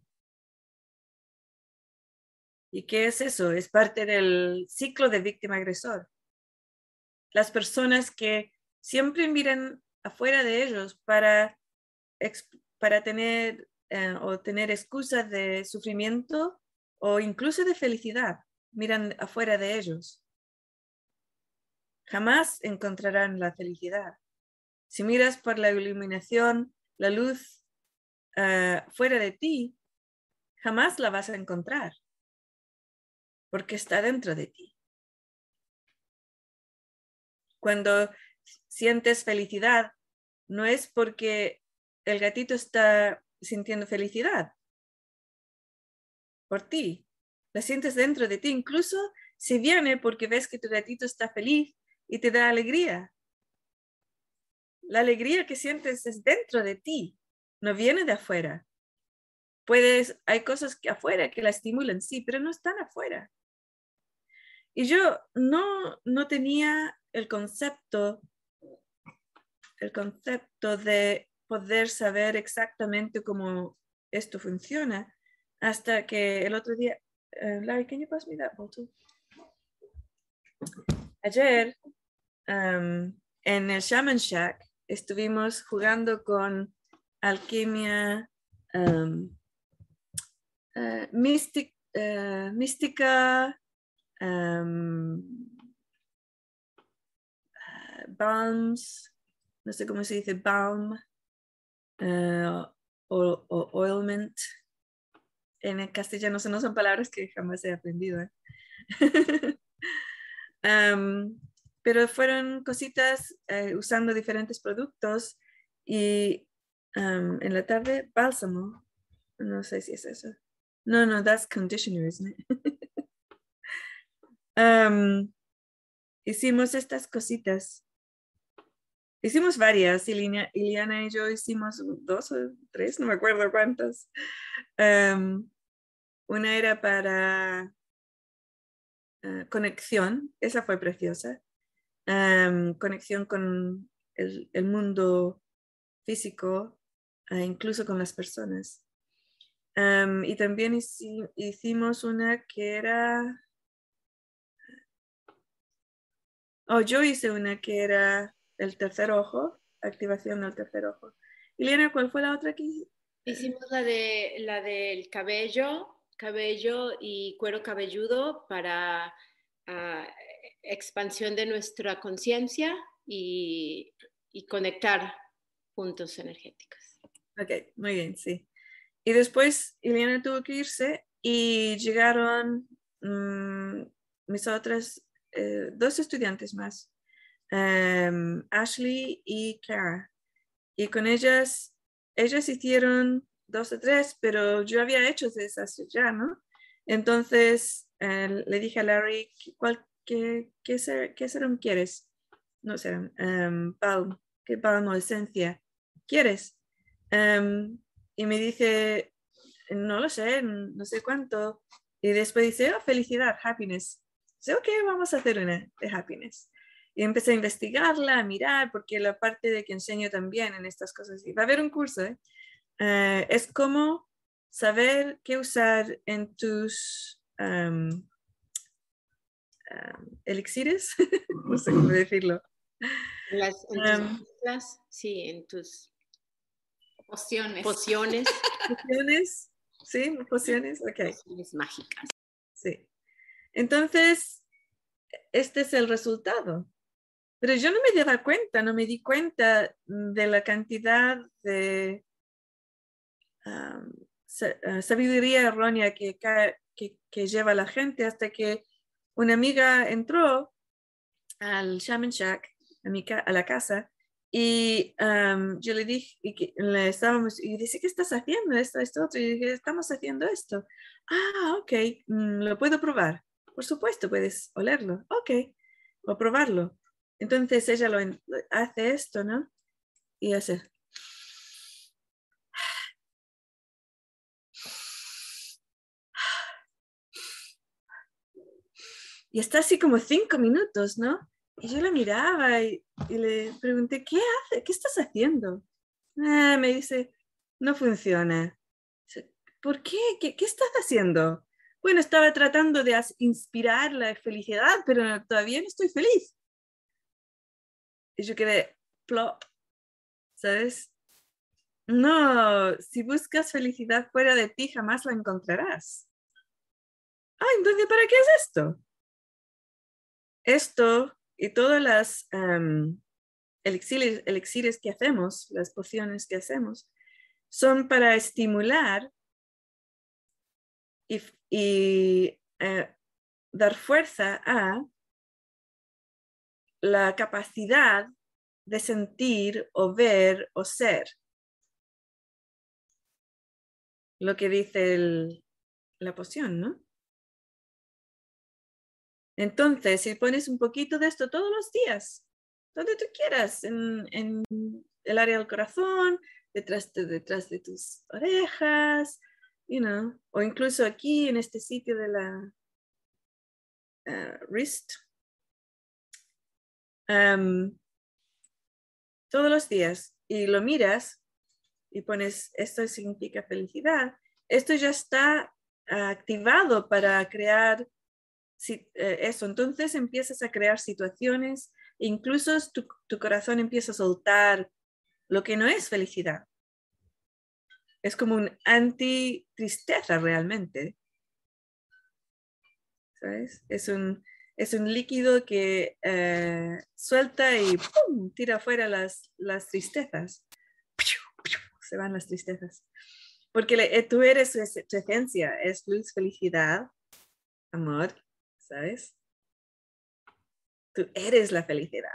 ¿Y qué es eso? Es parte del ciclo de víctima-agresor. Las personas que siempre miran afuera de ellos para, para tener, eh, o tener excusas de sufrimiento o incluso de felicidad, miran afuera de ellos. Jamás encontrarán la felicidad. Si miras por la iluminación, la luz uh, fuera de ti, jamás la vas a encontrar, porque está dentro de ti. Cuando sientes felicidad, no es porque el gatito está sintiendo felicidad por ti. La sientes dentro de ti, incluso si viene porque ves que tu gatito está feliz y te da alegría. La alegría que sientes es dentro de ti, no viene de afuera. Puedes, hay cosas que afuera que la estimulan, sí, pero no están afuera. Y yo no, no tenía el concepto, el concepto de poder saber exactamente cómo esto funciona hasta que el otro día, uh, Larry, can you pass me that bottle? Ayer, um, en el Shaman Shack, estuvimos jugando con alquimia, um, uh, mystic, uh, mística, um, uh, balms, no sé cómo se dice, balm, uh, o, o oilment. En el castellano no son palabras que jamás he aprendido. ¿eh? um, pero fueron cositas uh, usando diferentes productos y um, en la tarde bálsamo, no sé si es eso. No, no, that's conditioner, isn't it? um, hicimos estas cositas. Hicimos varias, Iliana, Iliana y yo hicimos dos o tres, no me acuerdo cuántas. Um, una era para uh, conexión, esa fue preciosa, um, conexión con el, el mundo físico, uh, incluso con las personas. Um, y también hici hicimos una que era, oh, yo hice una que era el tercer ojo, activación del tercer ojo. Ileana, ¿cuál fue la otra que hiciste? Hicimos la, de, la del cabello, cabello y cuero cabelludo para uh, expansión de nuestra conciencia y, y conectar puntos energéticos. Ok, muy bien, sí. Y después Ileana tuvo que irse y llegaron um, mis otras eh, dos estudiantes más, um, Ashley y Cara. Y con ellas, ellas hicieron dos o tres, pero yo había hecho de esas ya, ¿no? Entonces eh, le dije a Larry, ¿cuál, qué, qué, ser, ¿qué serum quieres? No serum, um, balm, ¿qué balm o esencia quieres? Um, y me dice, no lo sé, no sé cuánto. Y después dice, oh, felicidad, happiness. Dice, ok, vamos a hacer una de happiness. Y empecé a investigarla, a mirar, porque la parte de que enseño también en estas cosas, y va a haber un curso, ¿eh? Uh, es como saber qué usar en tus um, um, elixires, no sé cómo decirlo. Las, en tus um, mezclas, sí, en tus pociones. Pociones. Pociones, sí, pociones, ok. Pociones mágicas. Sí. Entonces, este es el resultado. Pero yo no me daba cuenta, no me di cuenta de la cantidad de um, sabiduría errónea que, que, que lleva la gente hasta que una amiga entró al Shaman Shack, a, mi, a la casa, y um, yo le dije, y que, le estábamos, y dice, ¿qué estás haciendo? Esto, esto, otro. Y dije, estamos haciendo esto. Ah, ok, mm, lo puedo probar. Por supuesto, puedes olerlo. Ok, o probarlo. Entonces ella lo hace esto, ¿no? Y hace. Y está así como cinco minutos, ¿no? Y yo la miraba y, y le pregunté, ¿qué hace? ¿Qué estás haciendo? Ah, me dice, no funciona. ¿Por qué? ¿Qué, qué estás haciendo? Bueno, estaba tratando de inspirar la felicidad, pero todavía no estoy feliz. Y yo quedé, plop, ¿sabes? No, si buscas felicidad fuera de ti, jamás la encontrarás. Ah, entonces, ¿para qué es esto? Esto y todas las um, elixires, elixires que hacemos, las pociones que hacemos, son para estimular y, y uh, dar fuerza a la capacidad de sentir o ver o ser. Lo que dice el, la poción, ¿no? Entonces, si pones un poquito de esto todos los días, donde tú quieras, en, en el área del corazón, detrás de, detrás de tus orejas, you know, o incluso aquí en este sitio de la uh, wrist, um, todos los días, y lo miras y pones, esto significa felicidad, esto ya está uh, activado para crear Si, eh, eso, entonces empiezas a crear situaciones, e incluso tu, tu corazón empieza a soltar lo que no es felicidad. Es como un anti-tristeza realmente. ¿Sabes? Es un, es un líquido que eh, suelta y ¡pum!, tira afuera las, las tristezas. Se van las tristezas. Porque le, tú eres tu, tu esencia, es luz, felicidad, amor. ¿Sabes? Tú eres la felicidad.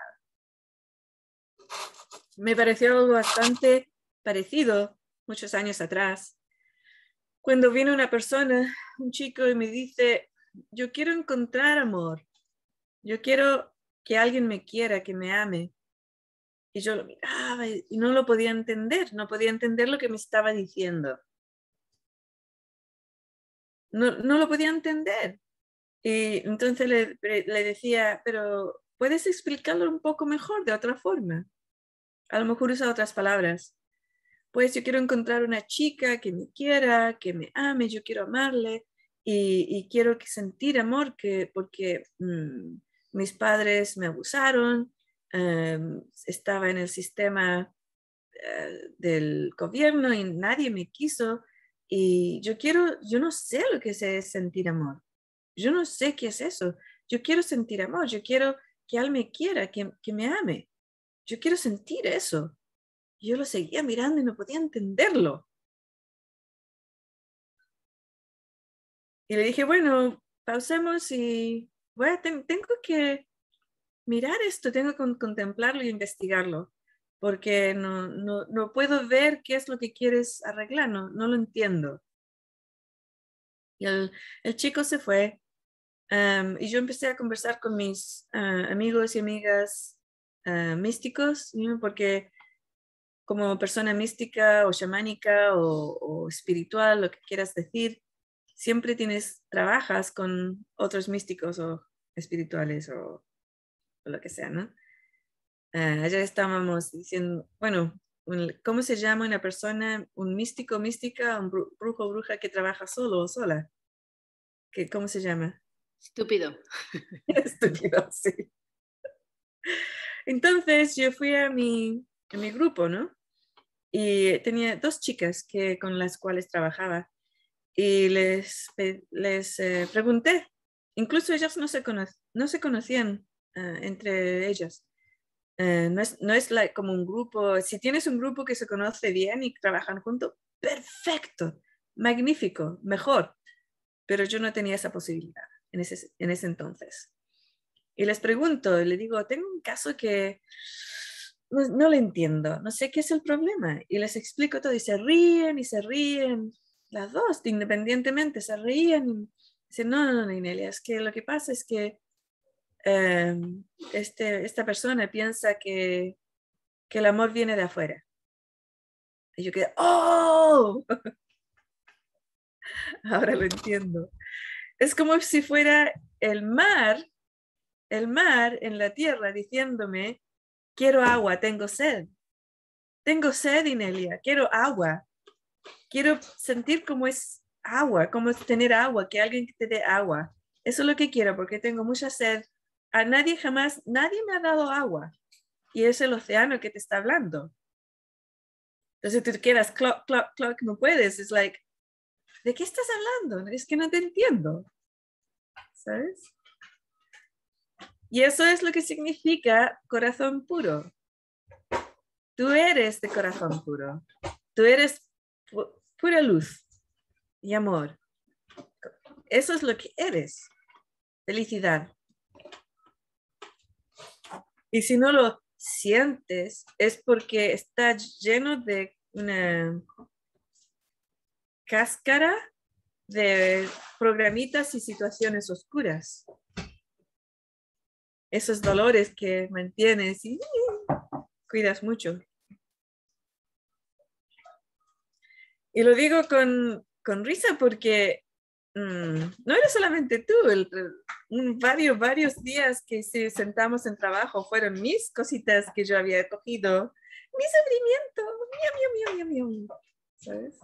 Me pareció algo bastante parecido muchos años atrás, cuando vino una persona, un chico, y me dice, yo quiero encontrar amor, yo quiero que alguien me quiera, que me ame. Y yo lo miraba y no lo podía entender, no podía entender lo que me estaba diciendo. No, no lo podía entender. Y entonces le, le decía, pero ¿puedes explicarlo un poco mejor, de otra forma? A lo mejor usa otras palabras. Pues yo quiero encontrar una chica que me quiera, que me ame, yo quiero amarle y, y quiero sentir amor que, porque mmm, mis padres me abusaron, um, estaba en el sistema uh, del gobierno y nadie me quiso y yo quiero, yo no sé lo que es sentir amor. Yo no sé qué es eso. Yo quiero sentir amor, yo quiero que alguien me quiera, que, que me ame. Yo quiero sentir eso. Yo lo seguía mirando y no podía entenderlo. Y le dije, bueno, pausemos y bueno, ten, tengo que mirar esto, tengo que contemplarlo y investigarlo, porque no, no, no puedo ver qué es lo que quieres arreglar, no, no lo entiendo. Y el, el chico se fue um, y yo empecé a conversar con mis uh, amigos y amigas uh, místicos, ¿no? Porque como persona mística o chamánica o, o espiritual, lo que quieras decir, siempre tienes, trabajas con otros místicos o espirituales o, o lo que sea, ¿no? Uh, ayer estábamos diciendo, bueno, ¿cómo se llama una persona, un místico, mística, un brujo o bruja que trabaja solo o sola? ¿Qué, ¿Cómo se llama? Estúpido. Estúpido, sí. Entonces yo fui a mi, a mi grupo, ¿no? Y tenía dos chicas que, con las cuales trabajaba y les, les eh, pregunté, incluso ellas no se, cono no se conocían uh, entre ellas. Uh, no es, no es like, como un grupo, si tienes un grupo que se conoce bien y trabajan juntos, perfecto, magnífico, mejor, pero yo no tenía esa posibilidad en ese, en ese entonces. Y les pregunto, le digo, tengo un caso que no, no lo entiendo, no sé qué es el problema. Y les explico todo y se ríen y se ríen, las dos, independientemente, se ríen. Y dicen, no, no, no, Inelia, es que lo que pasa es que eh, este, esta persona piensa que, que el amor viene de afuera. Y yo quedé, ¡oh! Ahora lo entiendo. Es como si fuera el mar, el mar en la tierra diciéndome, quiero agua, tengo sed. Tengo sed, Inelia, quiero agua. Quiero sentir cómo es agua, cómo es tener agua, que alguien te dé agua. Eso es lo que quiero, porque tengo mucha sed. A nadie jamás, nadie me ha dado agua. Y es el océano que te está hablando. Entonces tú quieras, clock, clock, clock, no puedes. Es like, ¿de qué estás hablando? Es que no te entiendo. ¿Sabes? Y eso es lo que significa corazón puro. Tú eres de corazón puro. Tú eres pu pura luz y amor. Eso es lo que eres. Felicidad. Y si no lo sientes, es porque está lleno de una cáscara de programitas y situaciones oscuras. Esos dolores que mantienes y cuidas mucho. Y lo digo con, con risa porque mmm, no era solamente tú, el, el, varios, varios días que se sentamos en trabajo fueron mis cositas que yo había cogido, mi sufrimiento, miau, miau, miau, miau, miau, ¿sabes?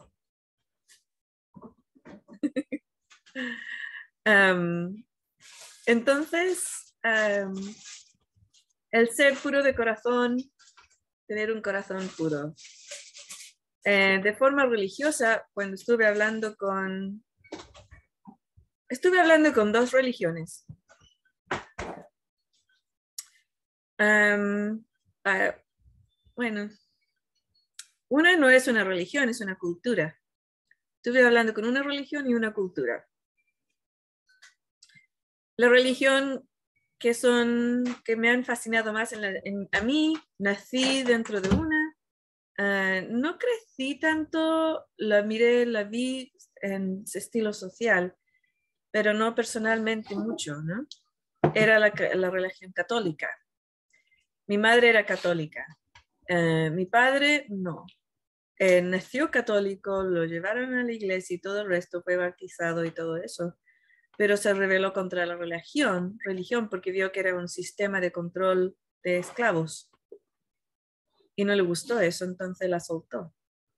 um, entonces, um, el ser puro de corazón, tener un corazón puro. Eh, de forma religiosa, cuando estuve hablando con, estuve hablando con dos religiones. Um, uh, bueno, una no es una religión, es una cultura. Estuve hablando con una religión y una cultura. La religión que son, que me han fascinado más en la, en, a mí, nací dentro de una. Uh, no crecí tanto, la miré, la vi en estilo social, pero no personalmente mucho, ¿no? Era la, la religión católica. Mi madre era católica, uh, mi padre no. Eh, nació católico, lo llevaron a la iglesia y todo el resto, fue bautizado y todo eso, pero se rebeló contra la religión, religión porque vio que era un sistema de control de esclavos. Y no le gustó eso, entonces la soltó.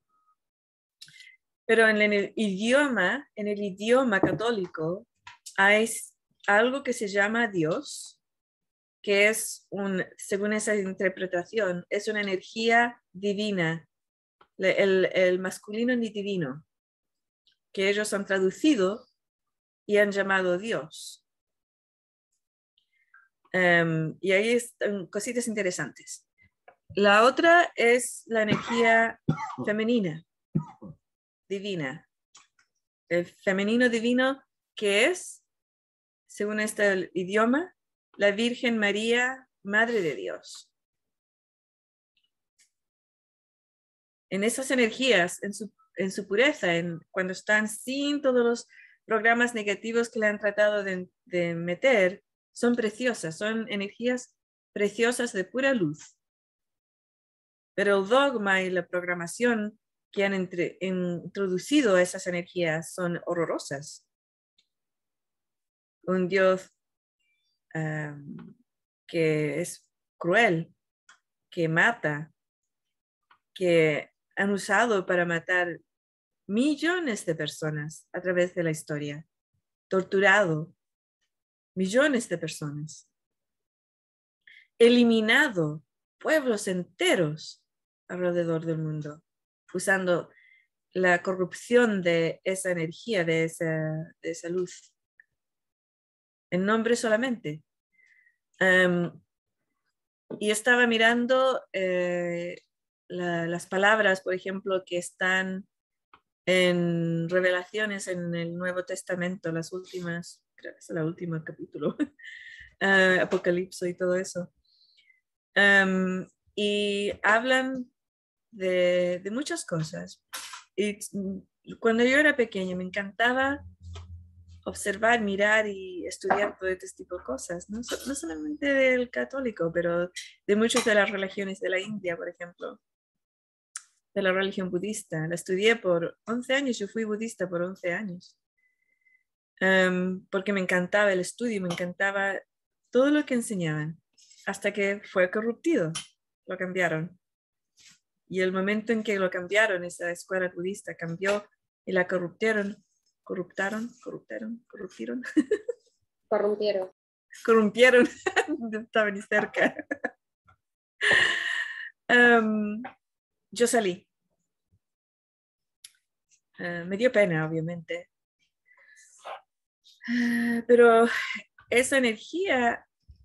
Pero en el idioma, en el idioma católico, hay algo que se llama Dios, que es, un, según esa interpretación, es una energía divina, el, el masculino ni divino, que ellos han traducido y han llamado Dios. Um, y ahí están cositas interesantes. La otra es la energía femenina, divina. El femenino divino, que es, según este idioma, la Virgen María, Madre de Dios. En esas energías, en su, en su pureza, en, cuando están sin todos los programas negativos que le han tratado de, de meter, son preciosas, son energías preciosas de pura luz. Pero el dogma y la programación que han entre, introducido esas energías son horrorosas. Un Dios um, que es cruel, que mata, que han usado para matar millones de personas a través de la historia, torturado millones de personas, eliminado pueblos enteros alrededor del mundo, usando la corrupción de esa energía, de esa, de esa luz, en nombre solamente. Um, y estaba mirando eh, la, las palabras, por ejemplo, que están en Revelaciones en el Nuevo Testamento, las últimas, creo que es el último capítulo, uh, Apocalipso y todo eso. Um, y hablan de, de muchas cosas. Y cuando yo era pequeña me encantaba observar, mirar y estudiar todo este tipo de cosas, no, no solamente del católico, pero de muchas de las religiones de la India, por ejemplo, de la religión budista. La estudié por once años, yo fui budista por once años, um, porque me encantaba el estudio, me encantaba todo lo que enseñaban, hasta que fue corruptido, lo cambiaron. Y el momento en que lo cambiaron, esa escuela budista cambió y la corruptieron, corruptaron, corruptaron, corruptieron. Corrompieron. Corrompieron, no estaba ni cerca. Um, yo salí. Uh, me dio pena, obviamente. Uh, pero esa energía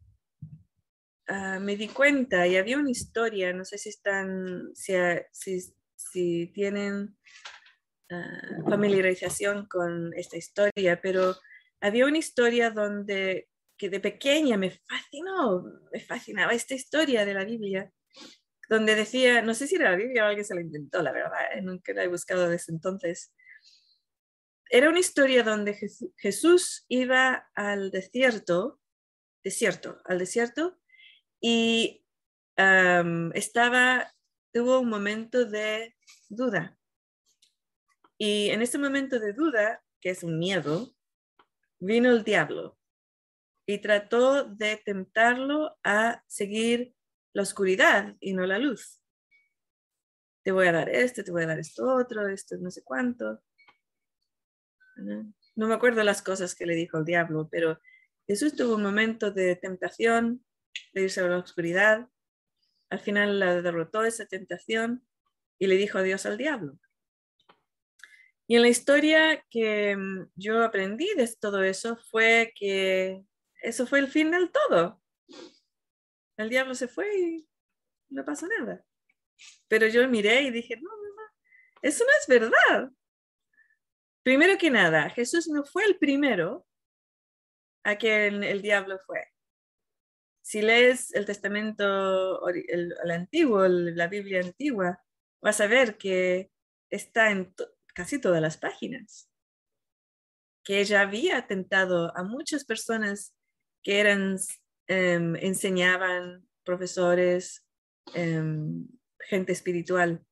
uh, me di cuenta y había una historia, no sé si están, si, si, si tienen uh, familiarización con esta historia, pero había una historia donde, que de pequeña me fascinó, me fascinaba esta historia de la Biblia, donde decía, no sé si era la Biblia o alguien se la inventó, la verdad, ¿eh? Nunca la he buscado desde entonces. Era una historia donde Jesús, Jesús iba al desierto, desierto, al desierto, y um, estaba, tuvo un momento de duda. Y en ese momento de duda, que es un miedo, vino el diablo y trató de tentarlo a seguir la oscuridad y no la luz. Te voy a dar esto, te voy a dar esto otro, esto no sé cuánto. No, no me acuerdo las cosas que le dijo el diablo, pero Jesús tuvo un momento de tentación, de irse a la oscuridad. Al final la derrotó esa tentación y le dijo adiós al diablo. Y en la historia que yo aprendí de todo eso fue que eso fue el fin del todo. El diablo se fue y no pasó nada. Pero yo miré y dije, no, no, no, eso no es verdad. Primero que nada, Jesús no fue el primero a que el, el diablo fue. Si lees el Testamento, el, el antiguo, la Biblia antigua, vas a ver que está en to- casi todas las páginas. Que ella había tentado a muchas personas que eran, um, enseñaban, profesores, um, gente espiritual.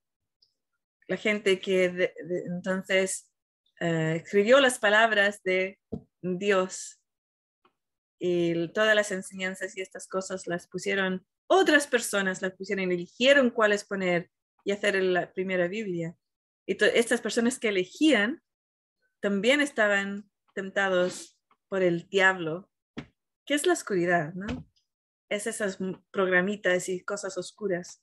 La gente que de, de, entonces uh, escribió las palabras de Dios y todas las enseñanzas y estas cosas las pusieron otras personas, las pusieron, eligieron cuáles poner y hacer en la primera Biblia. Y estas personas que elegían también estaban tentados por el diablo, que es la oscuridad, ¿no? Es esas programitas y cosas oscuras.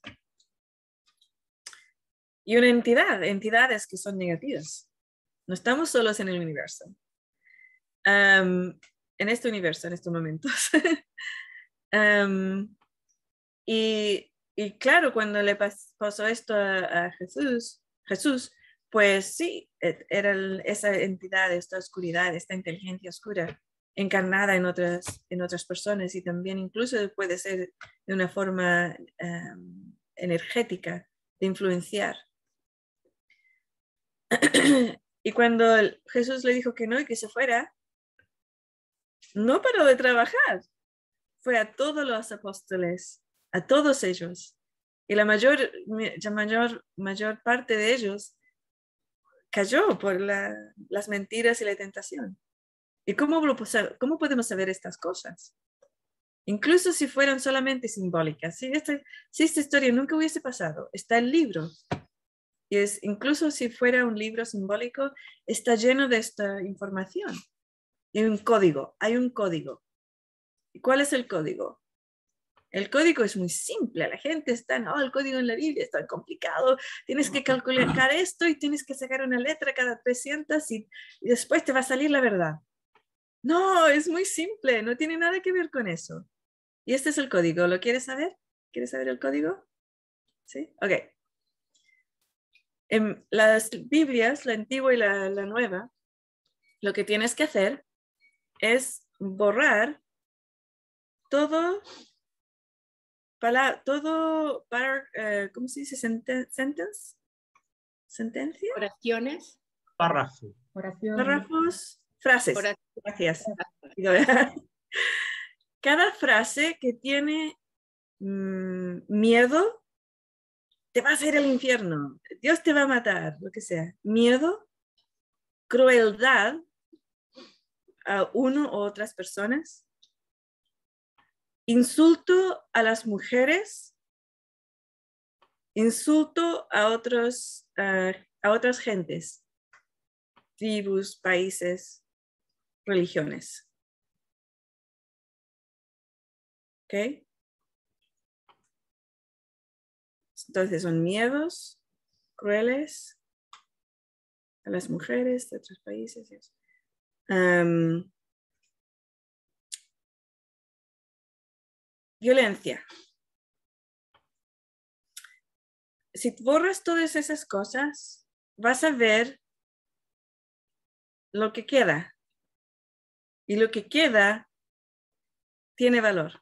Y una entidad, entidades que son negativas. No estamos solos en el universo. Um, en este universo, en estos momentos. um, y, y claro, cuando le pas, pasó esto a, a Jesús, Jesús, pues sí, era el, esa entidad, esta oscuridad, esta inteligencia oscura encarnada en otras, en otras personas y también incluso puede ser de una forma um, energética de influenciar. Y cuando Jesús le dijo que no y que se fuera, no paró de trabajar. Fue a todos los apóstoles, a todos ellos. Y la mayor, la mayor, mayor parte de ellos cayó por la, las mentiras y la tentación. ¿Y cómo, cómo podemos saber estas cosas? Incluso si fueran solamente simbólicas. Si esta, si esta historia nunca hubiese pasado, está el libro. Y es, incluso si fuera un libro simbólico, está lleno de esta información. Hay un código, hay un código. ¿Y cuál es el código? El código es muy simple. La gente está, no, el código en la Biblia es tan complicado. Tienes que calcular esto y tienes que sacar una letra cada trescientas y, y después te va a salir la verdad. No, es muy simple, no tiene nada que ver con eso. Y este es el código. ¿Lo quieres saber? ¿Quieres saber el código? ¿Sí? Ok. En las Biblias, la antigua y la, la nueva, lo que tienes que hacer es borrar todo, para, todo, para, uh, ¿cómo se dice? Senten, sentence? ¿Sentencia? Oraciones. Párrafo. Oración. Párrafos, frases. Oración. Gracias. Cada frase que tiene mmm, miedo, te vas a ir al infierno, Dios te va a matar, lo que sea. Miedo, crueldad a uno u otras personas, insulto a las mujeres, insulto a, otros, uh, a otras gentes, tribus, países, religiones. ¿Ok? Entonces son miedos crueles a las mujeres de otros países. Um, violencia. Si borras todas esas cosas, vas a ver lo que queda. Y lo que queda tiene valor.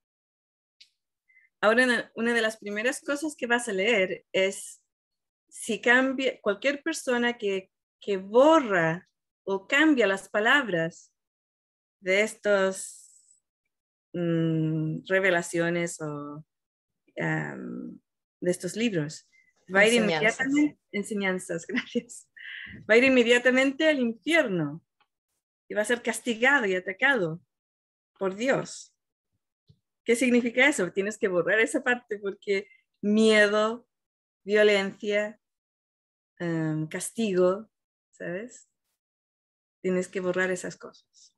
Ahora, una de las primeras cosas que vas a leer es si cambia, cualquier persona que, que borra o cambia las palabras de estas um, revelaciones o um, de estos libros, va a ir inmediatamente, enseñanzas, gracias, va a ir inmediatamente al infierno y va a ser castigado y atacado por Dios. ¿Qué significa eso? Tienes que borrar esa parte porque miedo, violencia, um, castigo, ¿sabes? Tienes que borrar esas cosas.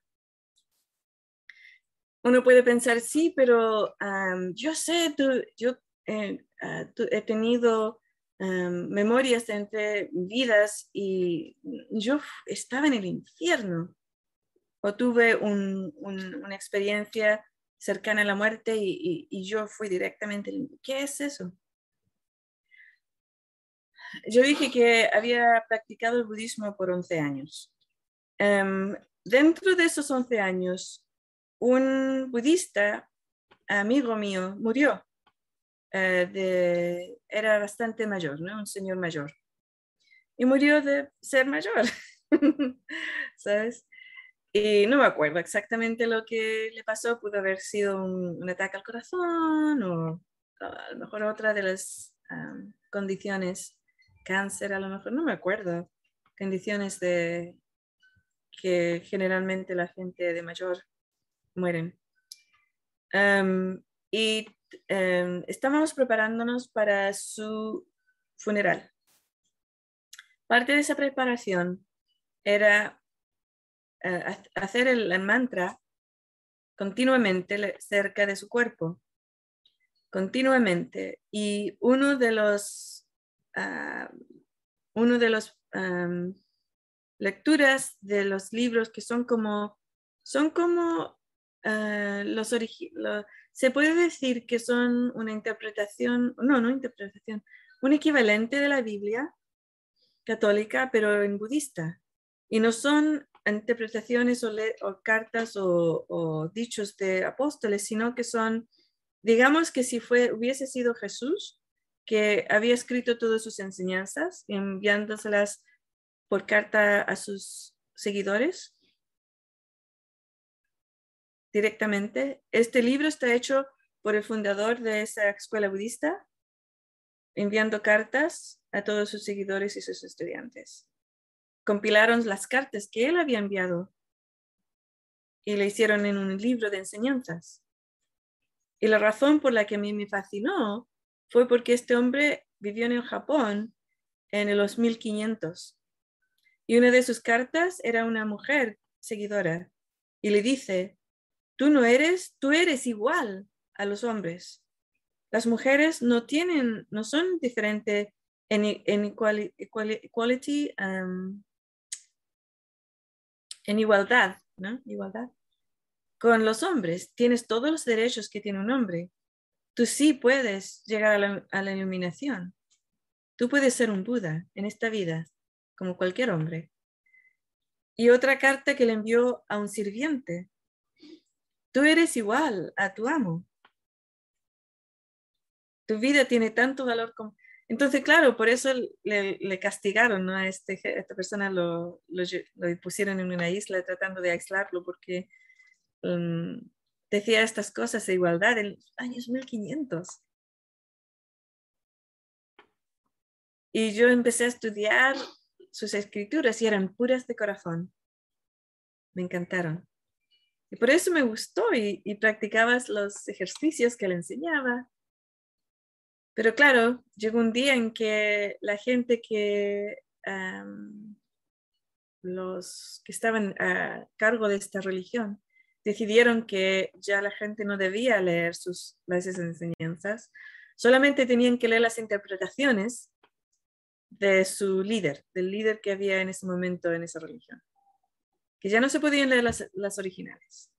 Uno puede pensar, sí, pero um, yo sé, tú, yo eh, uh, tú, he tenido um, memorias entre vidas y yo estaba en el infierno o tuve un, un, una experiencia cercana a la muerte y, y, y yo fui directamente. ¿Qué es eso? Yo dije que había practicado el budismo por once años. Um, dentro de esos once años, un budista, amigo mío, murió. Uh, de, era bastante mayor, ¿no? Un señor mayor. Y murió de ser mayor, ¿sabes? Y no me acuerdo exactamente lo que le pasó, pudo haber sido un, un ataque al corazón o a lo mejor otra de las um, condiciones, cáncer a lo mejor, no me acuerdo, condiciones de, que generalmente la gente de mayor mueren. Um, y um, estábamos preparándonos para su funeral. Parte de esa preparación era uh, hacer el, el mantra continuamente cerca de su cuerpo, continuamente. Y uno de los, uh, uno de los um, lecturas de los libros que son como, son como uh, los originales, se puede decir que son una interpretación, no, no interpretación, un equivalente de la Biblia católica, pero en budista. Y no son interpretaciones o, le, o cartas o, o dichos de apóstoles, sino que son, digamos que si fue, hubiese sido Jesús, que había escrito todas sus enseñanzas, enviándoselas por carta a sus seguidores directamente. Este libro está hecho por el fundador de esa escuela budista, enviando cartas a todos sus seguidores y sus estudiantes. Compilaron las cartas que él había enviado y le hicieron en un libro de enseñanzas. Y la razón por la que a mí me fascinó fue porque este hombre vivió en el Japón en los mil quinientos. Y una de sus cartas era una mujer seguidora y le dice, tú no eres, tú eres igual a los hombres. Las mujeres no tienen, no son diferentes en, en equality, equality um, en igualdad, ¿no? Igualdad. Con los hombres tienes todos los derechos que tiene un hombre. Tú sí puedes llegar a la, a la iluminación. Tú puedes ser un Buda en esta vida, como cualquier hombre. Y otra carta que le envió a un sirviente. Tú eres igual a tu amo. Tu vida tiene tanto valor como... Entonces, claro, por eso le, le castigaron, ¿no? A, este, a esta persona lo, lo, lo pusieron en una isla tratando de aislarlo porque um, decía estas cosas de igualdad en los años mil quinientos. Y yo empecé a estudiar sus escrituras y eran puras de corazón. Me encantaron. Y por eso me gustó y, y practicabas los ejercicios que le enseñaba. Pero claro, llegó un día en que la gente que, um, los que estaban a cargo de esta religión decidieron que ya la gente no debía leer sus las enseñanzas, solamente tenían que leer las interpretaciones de su líder, del líder que había en ese momento en esa religión. Que ya no se podían leer las, las originales.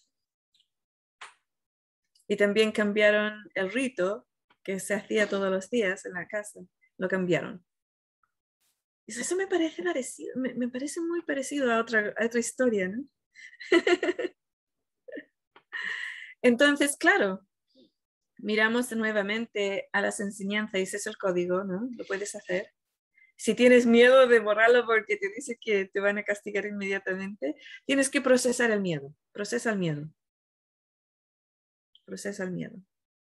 Y también cambiaron el rito que se hacía todos los días en la casa, lo cambiaron. Y eso me parece parecido, me, me parece muy parecido a otra, a otra historia, ¿no? Entonces, claro, miramos nuevamente a las enseñanzas y ese es el código, ¿no? Lo puedes hacer. Si tienes miedo de borrarlo porque te dice que te van a castigar inmediatamente, tienes que procesar el miedo. Procesa el miedo. Procesa el miedo.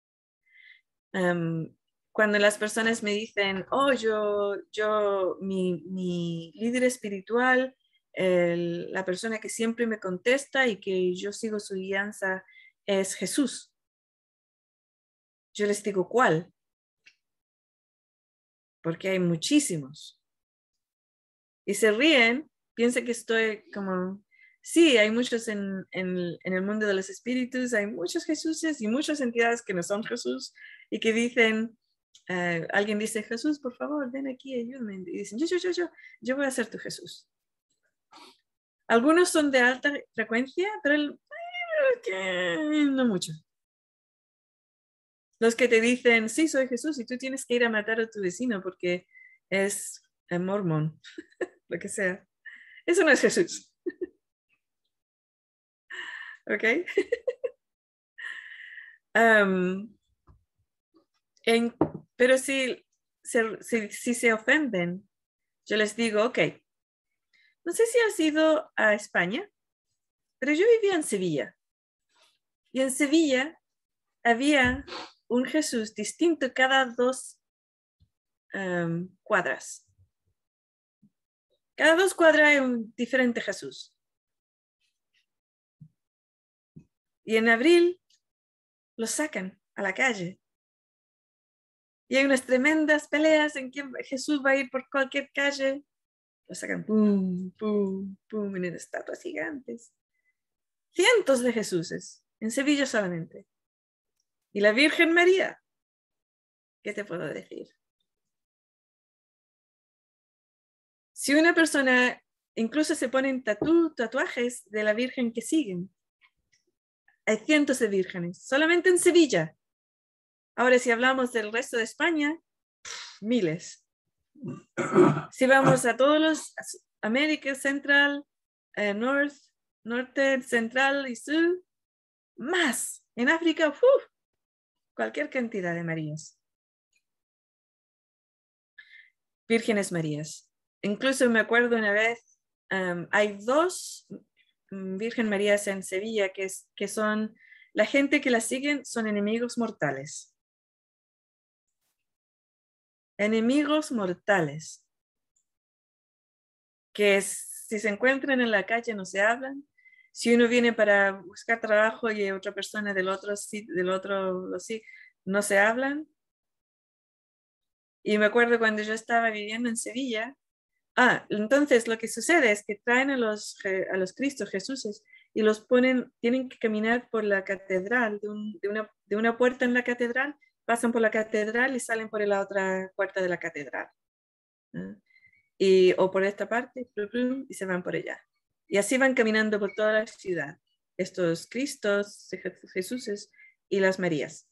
Um, cuando las personas me dicen, oh, yo, yo mi, mi líder espiritual, el, la persona que siempre me contesta y que yo sigo su guianza es Jesús. Yo les digo, ¿cuál? Porque hay muchísimos. Y se ríen, piensan que estoy como, sí, hay muchos en, en, en el mundo de los espíritus, hay muchos Jesuses y muchas entidades que no son Jesús y que dicen, uh, alguien dice, Jesús, por favor, ven aquí, ayúdame. Y dicen, yo, yo, yo, yo, yo voy a ser tu Jesús. Algunos son de alta frecuencia, pero el, eh, no mucho. Los que te dicen, sí, soy Jesús y tú tienes que ir a matar a tu vecino porque es un mormón, lo que sea. Eso no es Jesús. ¿Ok? um, en, pero si, si, si se ofenden, yo les digo, ok, no sé si has ido a España, pero yo vivía en Sevilla. Y en Sevilla había un Jesús distinto cada dos um, cuadras. Cada dos cuadras hay un diferente Jesús. Y en abril los sacan a la calle. Y hay unas tremendas peleas en que Jesús va a ir por cualquier calle. Los sacan, pum, pum, pum, en estatuas gigantes. Cientos de Jesuses, en Sevilla solamente. Y la Virgen María, ¿qué te puedo decir? Si una persona incluso se ponen tatu, tatuajes de la Virgen que siguen, hay cientos de vírgenes, solamente en Sevilla. Ahora, si hablamos del resto de España, miles. Si vamos a todos los, América Central, eh, North, Norte, Central y Sur, más. En África, uf, cualquier cantidad de Marías. Vírgenes Marías. Incluso me acuerdo una vez, um, hay dos Virgen Marías en Sevilla que, es, que son, la gente que las siguen son enemigos mortales. Enemigos mortales. Que es, si se encuentran en la calle no se hablan. Si uno viene para buscar trabajo y otra persona del otro, del otro sí, no se hablan. Y me acuerdo cuando yo estaba viviendo en Sevilla. Ah, entonces lo que sucede es que traen a los, a los Cristos Jesuses y los ponen, tienen que caminar por la catedral, de, un, de, una, de una puerta en la catedral, pasan por la catedral y salen por la otra puerta de la catedral. ¿No? Y, o por esta parte, y se van por allá. Y así van caminando por toda la ciudad, estos Cristos, Jesuses y las Marías.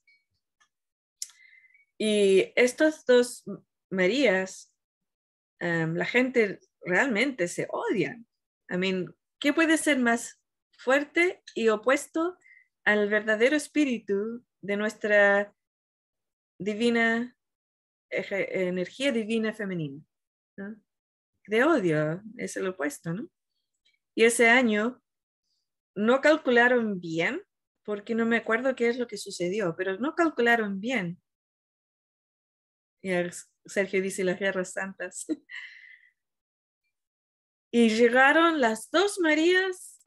Y estos dos Marías, Um, la gente realmente se odia. I mean, ¿qué puede ser más fuerte y opuesto al verdadero espíritu de nuestra divina, energía divina femenina? ¿No? De odio, es el opuesto, ¿no? Y ese año no calcularon bien, porque no me acuerdo qué es lo que sucedió, pero no calcularon bien. Y Sergio dice las guerras santas. Y llegaron las dos Marías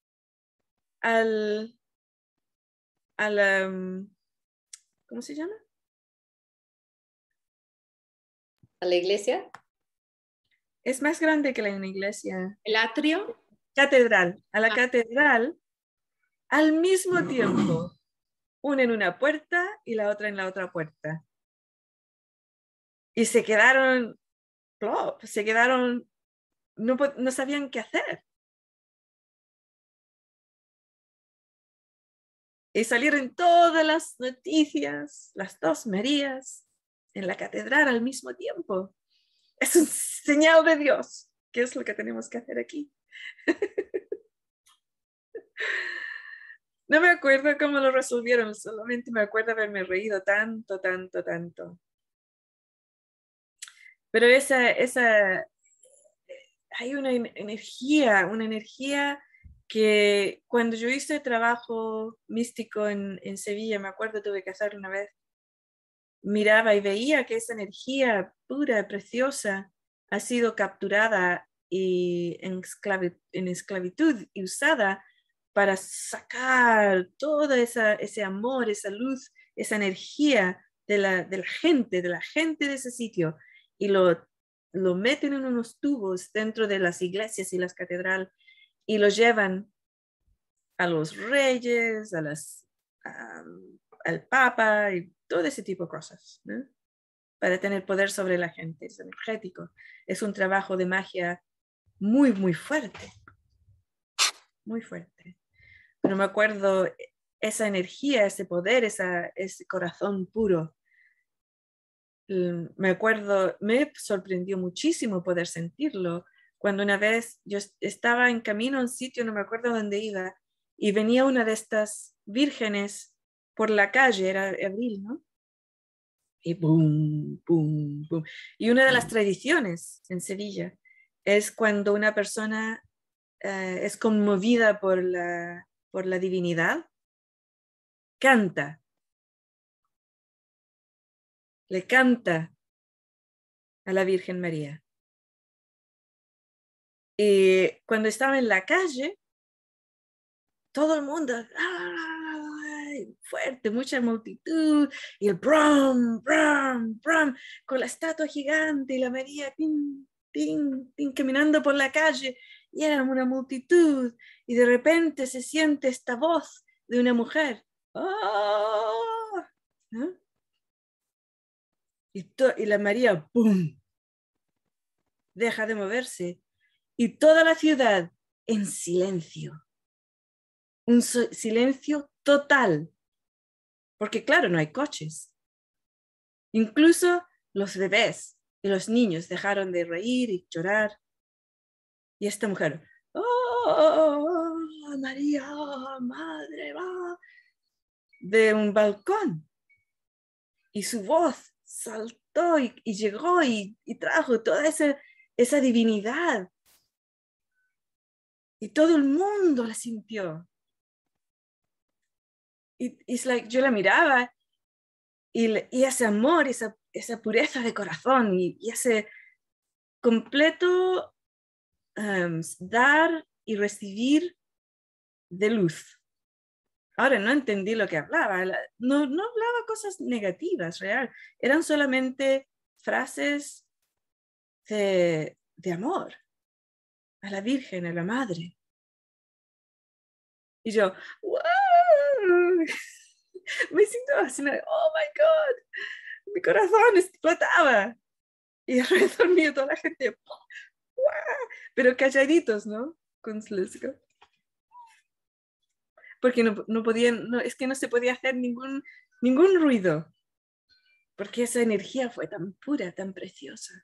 al, a la, ¿cómo se llama? ¿A la iglesia? Es más grande que la iglesia. ¿El atrio? Catedral. A la ah. catedral al mismo tiempo. Una en una puerta y la otra en la otra puerta. Y se quedaron, plop, se quedaron, no, no sabían qué hacer. Y salieron todas las noticias, las dos Marías, en la catedral al mismo tiempo. Es un señal de Dios. ¿Qué es lo que tenemos que hacer aquí? No me acuerdo cómo lo resolvieron, solamente me acuerdo haberme reído tanto, tanto, tanto. Pero esa, esa, hay una energía, una energía que cuando yo hice trabajo místico en, en Sevilla, me acuerdo, tuve que hacer una vez, miraba y veía que esa energía pura, preciosa, ha sido capturada y en, esclavitud, en esclavitud y usada para sacar todo esa, ese amor, esa luz, esa energía de la, de la gente, de la gente de ese sitio, y lo, lo meten en unos tubos dentro de las iglesias y las catedrales y lo llevan a los reyes, a las, um, al papa y todo ese tipo de cosas, ¿no? Para tener poder sobre la gente. Es energético. Es un trabajo de magia muy, muy fuerte. Muy fuerte. Pero me acuerdo esa energía, ese poder, esa, ese corazón puro. Me acuerdo, me sorprendió muchísimo poder sentirlo cuando una vez yo estaba en camino a un sitio, no me acuerdo dónde iba, y venía una de estas vírgenes por la calle, era abril, ¿no? Y boom, boom, boom. Y una de las tradiciones en Sevilla es cuando una persona uh, es conmovida por la, por la divinidad, canta. Le canta a la Virgen María. Y cuando estaba en la calle, todo el mundo, ¡ay! Fuerte, mucha multitud, y el brum, brum, brum, con la estatua gigante y la María tin, tin, tin, caminando por la calle, y era una multitud, y de repente se siente esta voz de una mujer. ¡Oh! ¿No? Y, y la María, ¡pum!, deja de moverse, y toda la ciudad en silencio. Un so silencio total, porque claro, no hay coches. Incluso los bebés y los niños dejaron de reír y llorar. Y esta mujer, ¡oh, María, madre, va! De un balcón. Y su voz saltó y, y llegó y, y trajo toda esa, esa divinidad. Y todo el mundo la sintió. Y it's like, yo la miraba y, y ese amor, esa, esa pureza de corazón y, y ese completo um, dar y recibir de luz. Ahora no entendí lo que hablaba, no, no hablaba cosas negativas, real, eran solamente frases de, de amor a la Virgen, a la Madre. Y yo, ¡wow! Me siento así, oh my God, mi corazón explotaba. Y alrededor mío toda la gente, ¡wow! Pero calladitos, ¿no? Con silencio. Porque no, no podían, no, es que no se podía hacer ningún, ningún ruido. Porque esa energía fue tan pura, tan preciosa.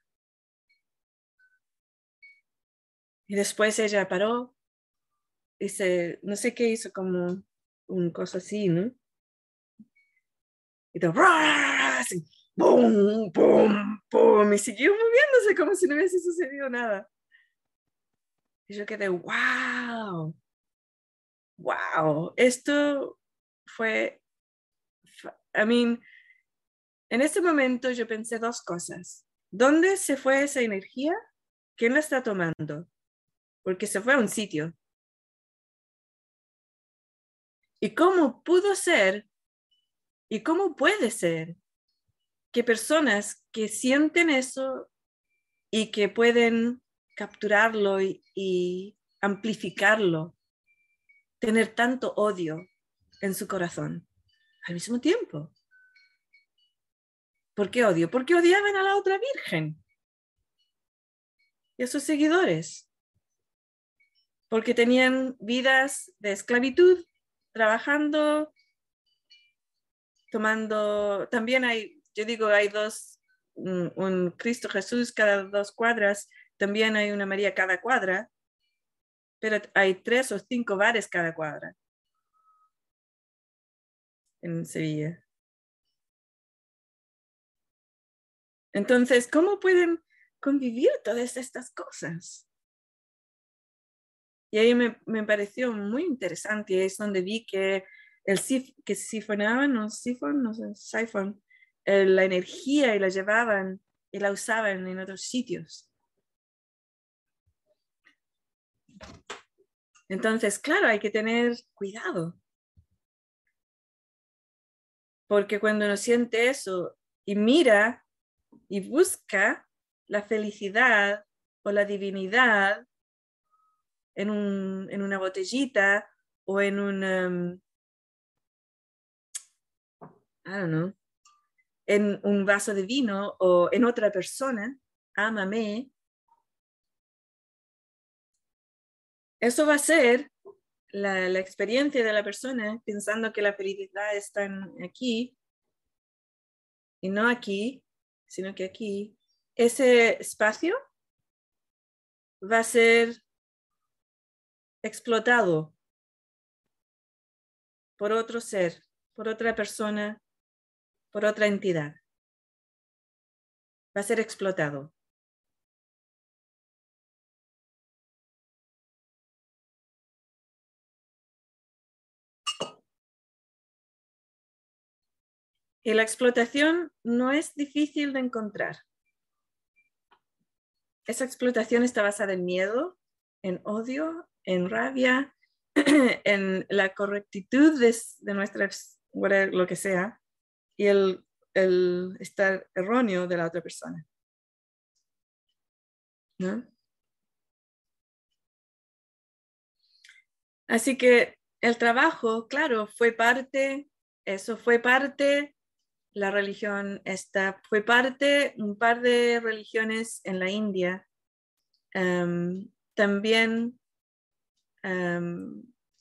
Y después ella paró y se, no sé qué hizo, como un cosa así, ¿no? Y todo, así, ¡pum, pum, pum! Y siguió moviéndose como si no hubiese sucedido nada. Y yo quedé, ¡wow! ¡Wow! Esto fue, I mean, en ese momento yo pensé dos cosas. ¿Dónde se fue esa energía? ¿Quién la está tomando? Porque se fue a un sitio. ¿Y cómo pudo ser? ¿Y cómo puede ser que personas que sienten eso y que pueden capturarlo y, y amplificarlo, tener tanto odio en su corazón al mismo tiempo? ¿Por qué odio? Porque odiaban a la otra Virgen y a sus seguidores. Porque tenían vidas de esclavitud, trabajando, tomando, también hay, yo digo, hay dos, un, un Cristo Jesús cada dos cuadras, también hay una María cada cuadra, pero hay tres o cinco bares cada cuadra en Sevilla. Entonces, ¿cómo pueden convivir todas estas cosas? Y ahí me, me pareció muy interesante, y es donde vi que el sif, que sifonaban, o sifon, no sé, sifon, eh, la energía y la llevaban y la usaban en otros sitios. Entonces, claro, hay que tener cuidado. Porque cuando uno siente eso y mira y busca la felicidad o la divinidad en, un, en una botellita o en un, um, I don't know, en un vaso de vino o en otra persona, ámame, eso va a ser la, la experiencia de la persona pensando que la felicidad está en, aquí y no aquí, sino que aquí. Ese espacio va a ser explotado por otro ser, por otra persona, por otra entidad. Va a ser explotado. Y la explotación no es difícil de encontrar. Esa explotación está basada en miedo, en odio, en rabia, en la correctitud de, de nuestra, whatever, lo que sea, y el, el estar erróneo de la otra persona. ¿No? Así que el trabajo, claro, fue parte, eso fue parte, la religión esta fue parte, un par de religiones en la India. Um, también um,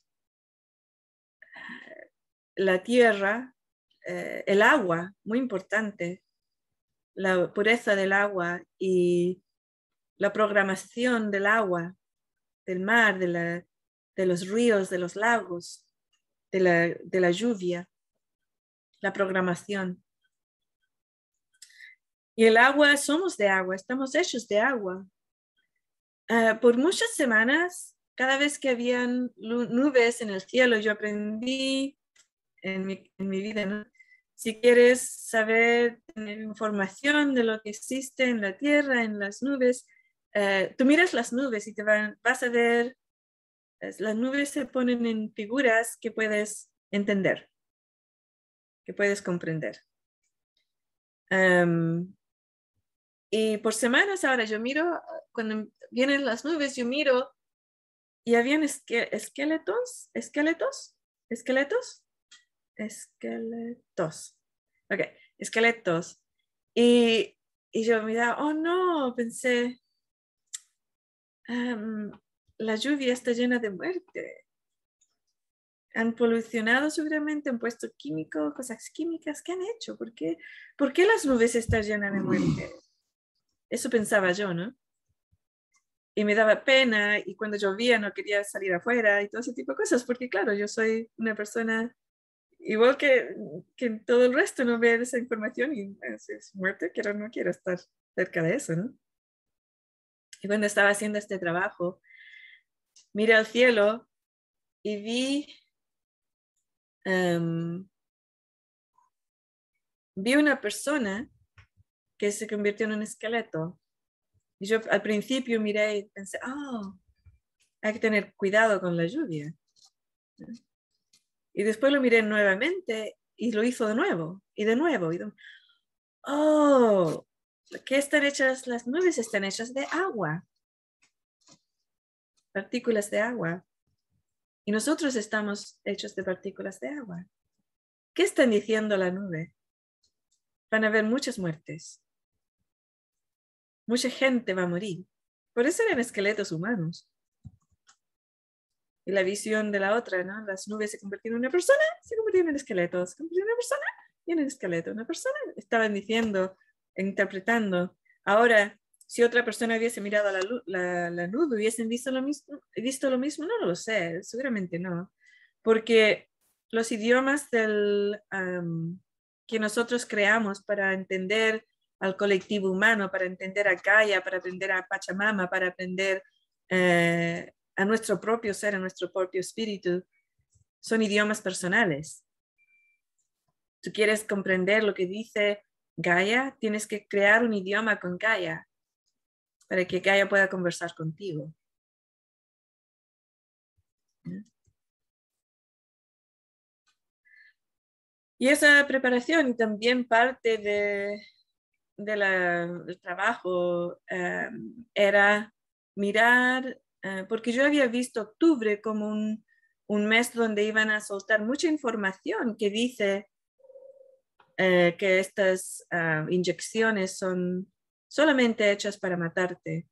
la tierra, eh, el agua, muy importante, la pureza del agua y la programación del agua, del mar, de, la, de los ríos, de los lagos, de la, de la lluvia, la programación. Y el agua, somos de agua, estamos hechos de agua. Uh, por muchas semanas, cada vez que habían nubes en el cielo, yo aprendí en mi, en mi vida, ¿no? Si quieres saber, tener información de lo que existe en la tierra, en las nubes, uh, tú miras las nubes y te van, vas a ver, las nubes se ponen en figuras que puedes entender, que puedes comprender. Um, y por semanas ahora yo miro, cuando vienen las nubes, yo miro y habían esque esqueletos, esqueletos, esqueletos, esqueletos, ok, esqueletos. Y, y yo miraba, oh no, pensé, um, la lluvia está llena de muerte. Han polucionado seguramente, han puesto químicos, cosas químicas. ¿Qué han hecho? ¿Por qué, ¿Por qué las nubes están llenas de muerte? Eso pensaba yo, ¿no? Y me daba pena, y cuando llovía no quería salir afuera y todo ese tipo de cosas, porque claro, yo soy una persona igual que, que todo el resto, no ver esa información y es, es muerte, quiero, no quiero estar cerca de eso, ¿no? Y cuando estaba haciendo este trabajo, miré al cielo y vi, um, vi una persona que se convirtió en un esqueleto. Y yo al principio miré y pensé, oh, hay que tener cuidado con la lluvia. Y después lo miré nuevamente y lo hizo de nuevo, y de nuevo. Y de... Oh, ¿qué están hechas? Las nubes están hechas de agua. Partículas de agua. Y nosotros estamos hechos de partículas de agua. ¿Qué están diciendo la nube? Van a haber muchas muertes. Mucha gente va a morir. Por eso eran esqueletos humanos. Y la visión de la otra, ¿no? Las nubes se convirtieron en una persona, se convirtieron en esqueletos. Se convirtieron en una persona y en un esqueleto. Una persona estaban diciendo, interpretando. Ahora, si otra persona hubiese mirado la, la, la nube, hubiesen visto lo mismo, visto lo mismo, no, no lo sé, seguramente no. Porque los idiomas del, um, que nosotros creamos para entender al colectivo humano, para entender a Gaia, para aprender a Pachamama, para aprender eh, a nuestro propio ser, a nuestro propio espíritu, son idiomas personales. Tú quieres comprender lo que dice Gaia, tienes que crear un idioma con Gaia para que Gaia pueda conversar contigo. Y esa preparación y también parte de, de la, del trabajo um, era mirar, uh, porque yo había visto octubre como un, un mes donde iban a soltar mucha información que dice uh, que estas uh, inyecciones son solamente hechas para matarte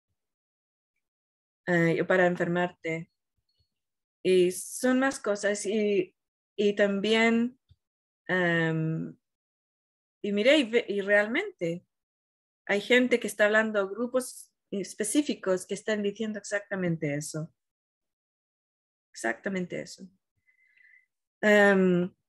uh, o para enfermarte. Y son más cosas y, y también um, y miré y, y realmente hay gente que está hablando, grupos específicos que están diciendo exactamente eso. Exactamente eso. Um,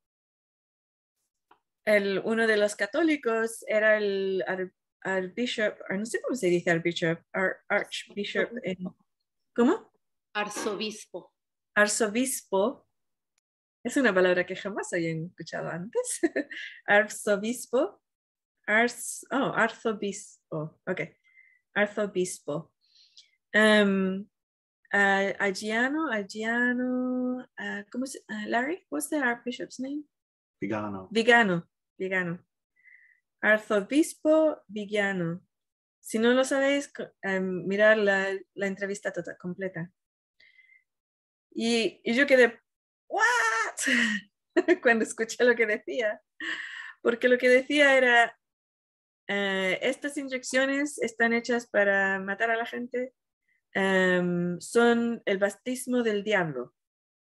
el, uno de los católicos era el archbishop, no sé cómo se dice archbishop, ar, archbishop, en, ¿cómo? Arzobispo. Arzobispo. Es una palabra que jamás había escuchado antes. Arzobispo. Arz, oh, arzobispo. Ok. Arzobispo. Um, uh, Agiano, Agiano, uh, ¿cómo se, uh, Larry, what's the Archbishop's name? Vigano. Vigano, Vigano. Arzobispo Vigano. Si no lo sabéis, um, mirar la, la entrevista total, completa. Y, y yo quedé, ¿what? Cuando escuché lo que decía. Porque lo que decía era, uh, estas inyecciones están hechas para matar a la gente, um, son el bautismo del diablo.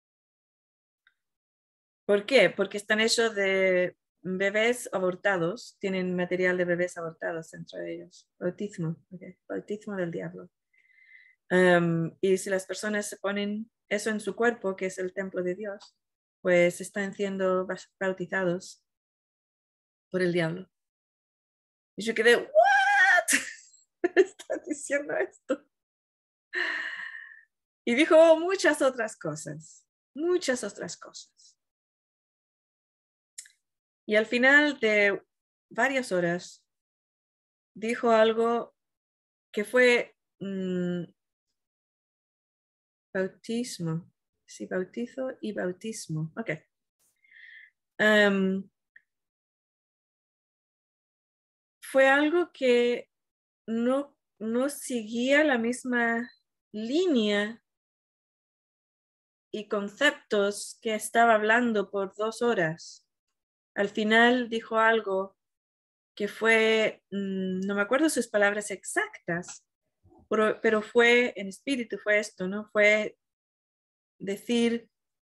¿Por qué? Porque están hechos de bebés abortados, tienen material de bebés abortados dentro de ellos. Bautismo, okay. Bautismo del diablo. Um, y si las personas se ponen eso en su cuerpo, que es el templo de Dios, pues están siendo bautizados por el diablo. Y yo quedé, ¿what? ¿Está diciendo esto? Y dijo muchas otras cosas, muchas otras cosas. Y al final de varias horas dijo algo que fue mmm, bautismo. Sí, bautizo y bautismo. Ok. Um, fue algo que no, no seguía la misma línea y conceptos que estaba hablando por dos horas. Al final dijo algo que fue, mmm, no me acuerdo sus palabras exactas, pero, pero fue en espíritu, fue esto, ¿no? Fue decir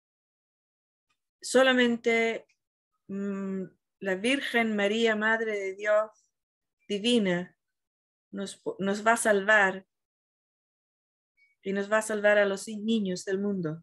solamente mmm, la Virgen María, Madre de Dios, divina, nos, nos va a salvar y nos va a salvar a los niños del mundo.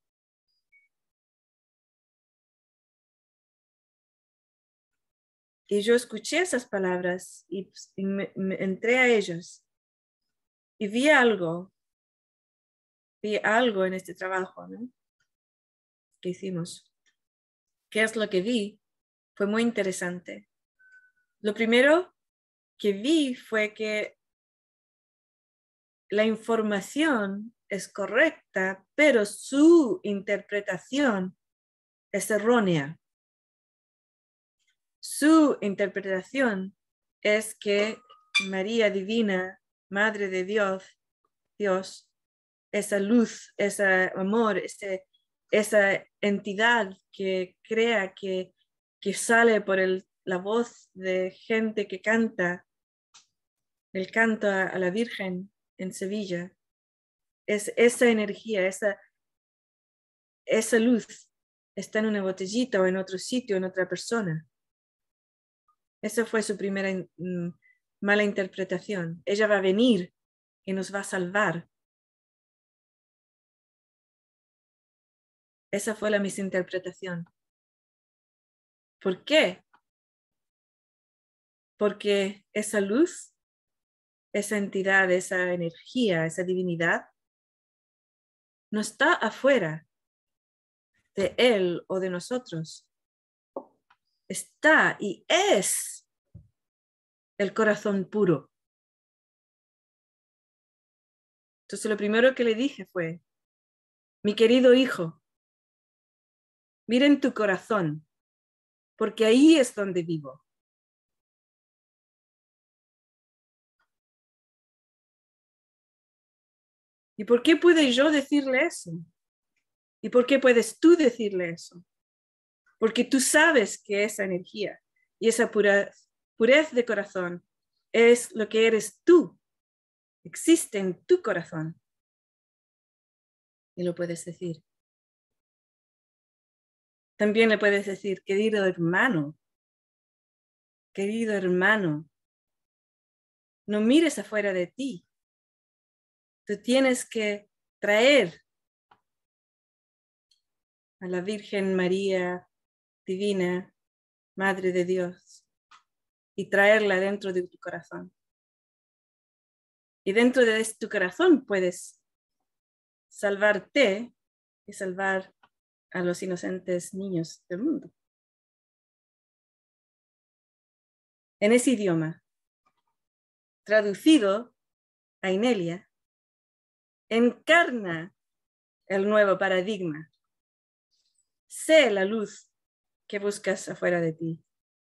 Y yo escuché esas palabras y, y me, me entré a ellos y vi algo, vi algo en este trabajo, ¿no? Que hicimos. ¿Qué es lo que vi? Fue muy interesante. Lo primero que vi fue que la información es correcta, pero su interpretación es errónea. Su interpretación es que María Divina, Madre de Dios, Dios, esa luz, ese amor, ese, esa entidad que crea, que, que sale por el, la voz de gente que canta, el canto a, a la Virgen en Sevilla, es esa energía, esa, esa luz está en una botellita o en otro sitio, en otra persona. Esa fue su primera mm, mala interpretación. Ella va a venir y nos va a salvar. Esa fue la misinterpretación. ¿Por qué? Porque esa luz, esa entidad, esa energía, esa divinidad, no está afuera de él o de nosotros. Está y es el corazón puro. Entonces lo primero que le dije fue, mi querido hijo, mira en tu corazón, porque ahí es donde vivo. ¿Y por qué pude yo decirle eso? ¿Y por qué puedes tú decirle eso? Porque tú sabes que esa energía y esa purez, purez de corazón es lo que eres tú. Existe en tu corazón. Y lo puedes decir. También le puedes decir, querido hermano, querido hermano, no mires afuera de ti. Tú tienes que traer a la Virgen María Divina, Madre de Dios, y traerla dentro de tu corazón. Y dentro de tu corazón puedes salvarte y salvar a los inocentes niños del mundo. En ese idioma, traducido a Inelia, encarna el nuevo paradigma. Sé la luz que buscas afuera de ti.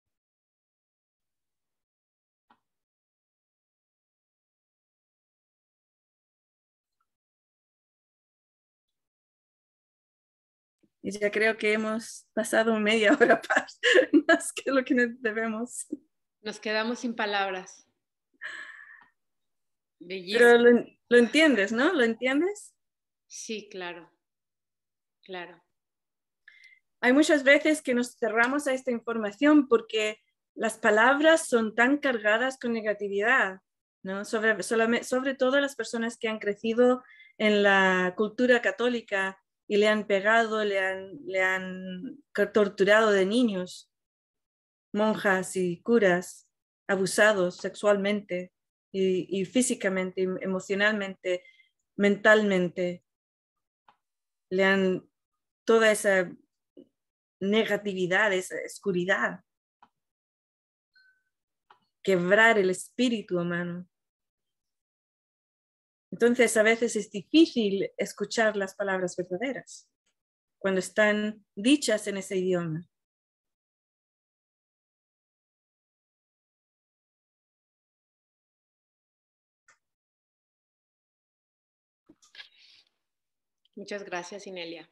Y ya creo que hemos pasado media hora más, más que lo que nos debemos. Nos quedamos sin palabras. Bellísimo. Pero lo, lo entiendes, ¿no? ¿Lo entiendes? Sí, claro. Claro. Hay muchas veces que nos cerramos a esta información porque las palabras son tan cargadas con negatividad, ¿no? Sobre, solamente, sobre todo las personas que han crecido en la cultura católica y le han pegado, le han, le han torturado de niños, monjas y curas abusados sexualmente y, y físicamente, emocionalmente, mentalmente. Le han toda esa negatividad, esa oscuridad. Quebrar el espíritu humano. Entonces a veces es difícil escuchar las palabras verdaderas cuando están dichas en ese idioma. Muchas gracias, Inelia.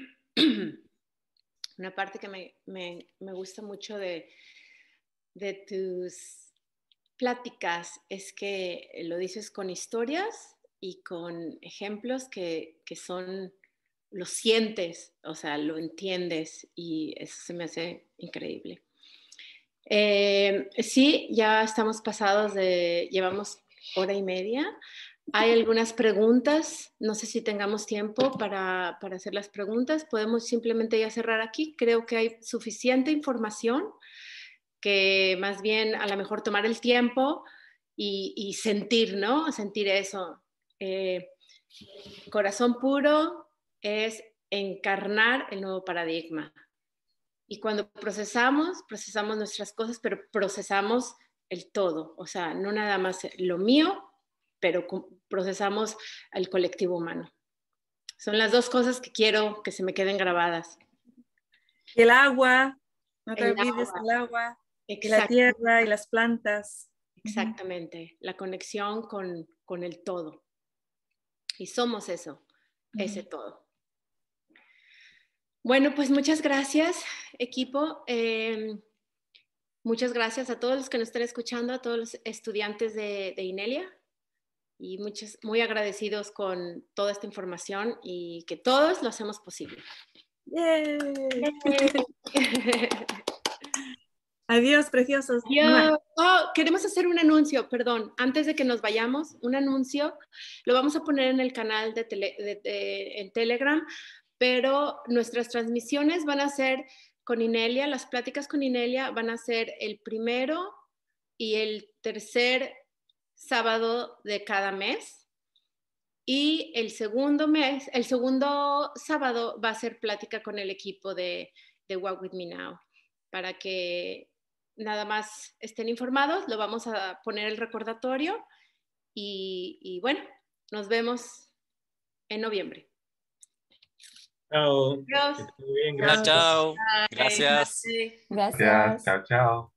Una parte que me, me, me gusta mucho de, de tus pláticas es que lo dices con historias y con ejemplos que, que son, lo sientes, o sea, lo entiendes y eso se me hace increíble. Eh, sí, ya estamos pasados de, llevamos hora y media. Hay algunas preguntas, no sé si tengamos tiempo para, para hacer las preguntas, podemos simplemente ya cerrar aquí. Creo que hay suficiente información que más bien a lo mejor tomar el tiempo y, y sentir, ¿no? Sentir eso. Eh, corazón puro es encarnar el nuevo paradigma. Y cuando procesamos, procesamos nuestras cosas, pero procesamos el todo. O sea, no nada más lo mío, pero procesamos al colectivo humano. Son las dos cosas que quiero que se me queden grabadas. El agua, no te el olvides agua. el agua, y la tierra y las plantas. Exactamente, la conexión con, con el todo. Y somos eso, uh-huh. ese todo. Bueno, pues muchas gracias, equipo. Eh, muchas gracias a todos los que nos están escuchando, a todos los estudiantes de, de Inelia. Y muchos, muy agradecidos con toda esta información y que todos lo hacemos posible. ¡Yay! Adiós, preciosos. Adiós. Oh, queremos hacer un anuncio, perdón, antes de que nos vayamos, un anuncio. Lo vamos a poner en el canal de, tele, de, de en Telegram, pero nuestras transmisiones van a ser con Inelia, las pláticas con Inelia van a ser el primero y el tercer sábado de cada mes, y el segundo mes, el segundo sábado va a ser plática con el equipo de, de Walk With Me Now, para que nada más estén informados. Lo vamos a poner el recordatorio y, y bueno, nos vemos en noviembre. Chao. Adiós. Que estés bien, gracias. Chao, chao. Bye. Gracias. Gracias. Chao, chao.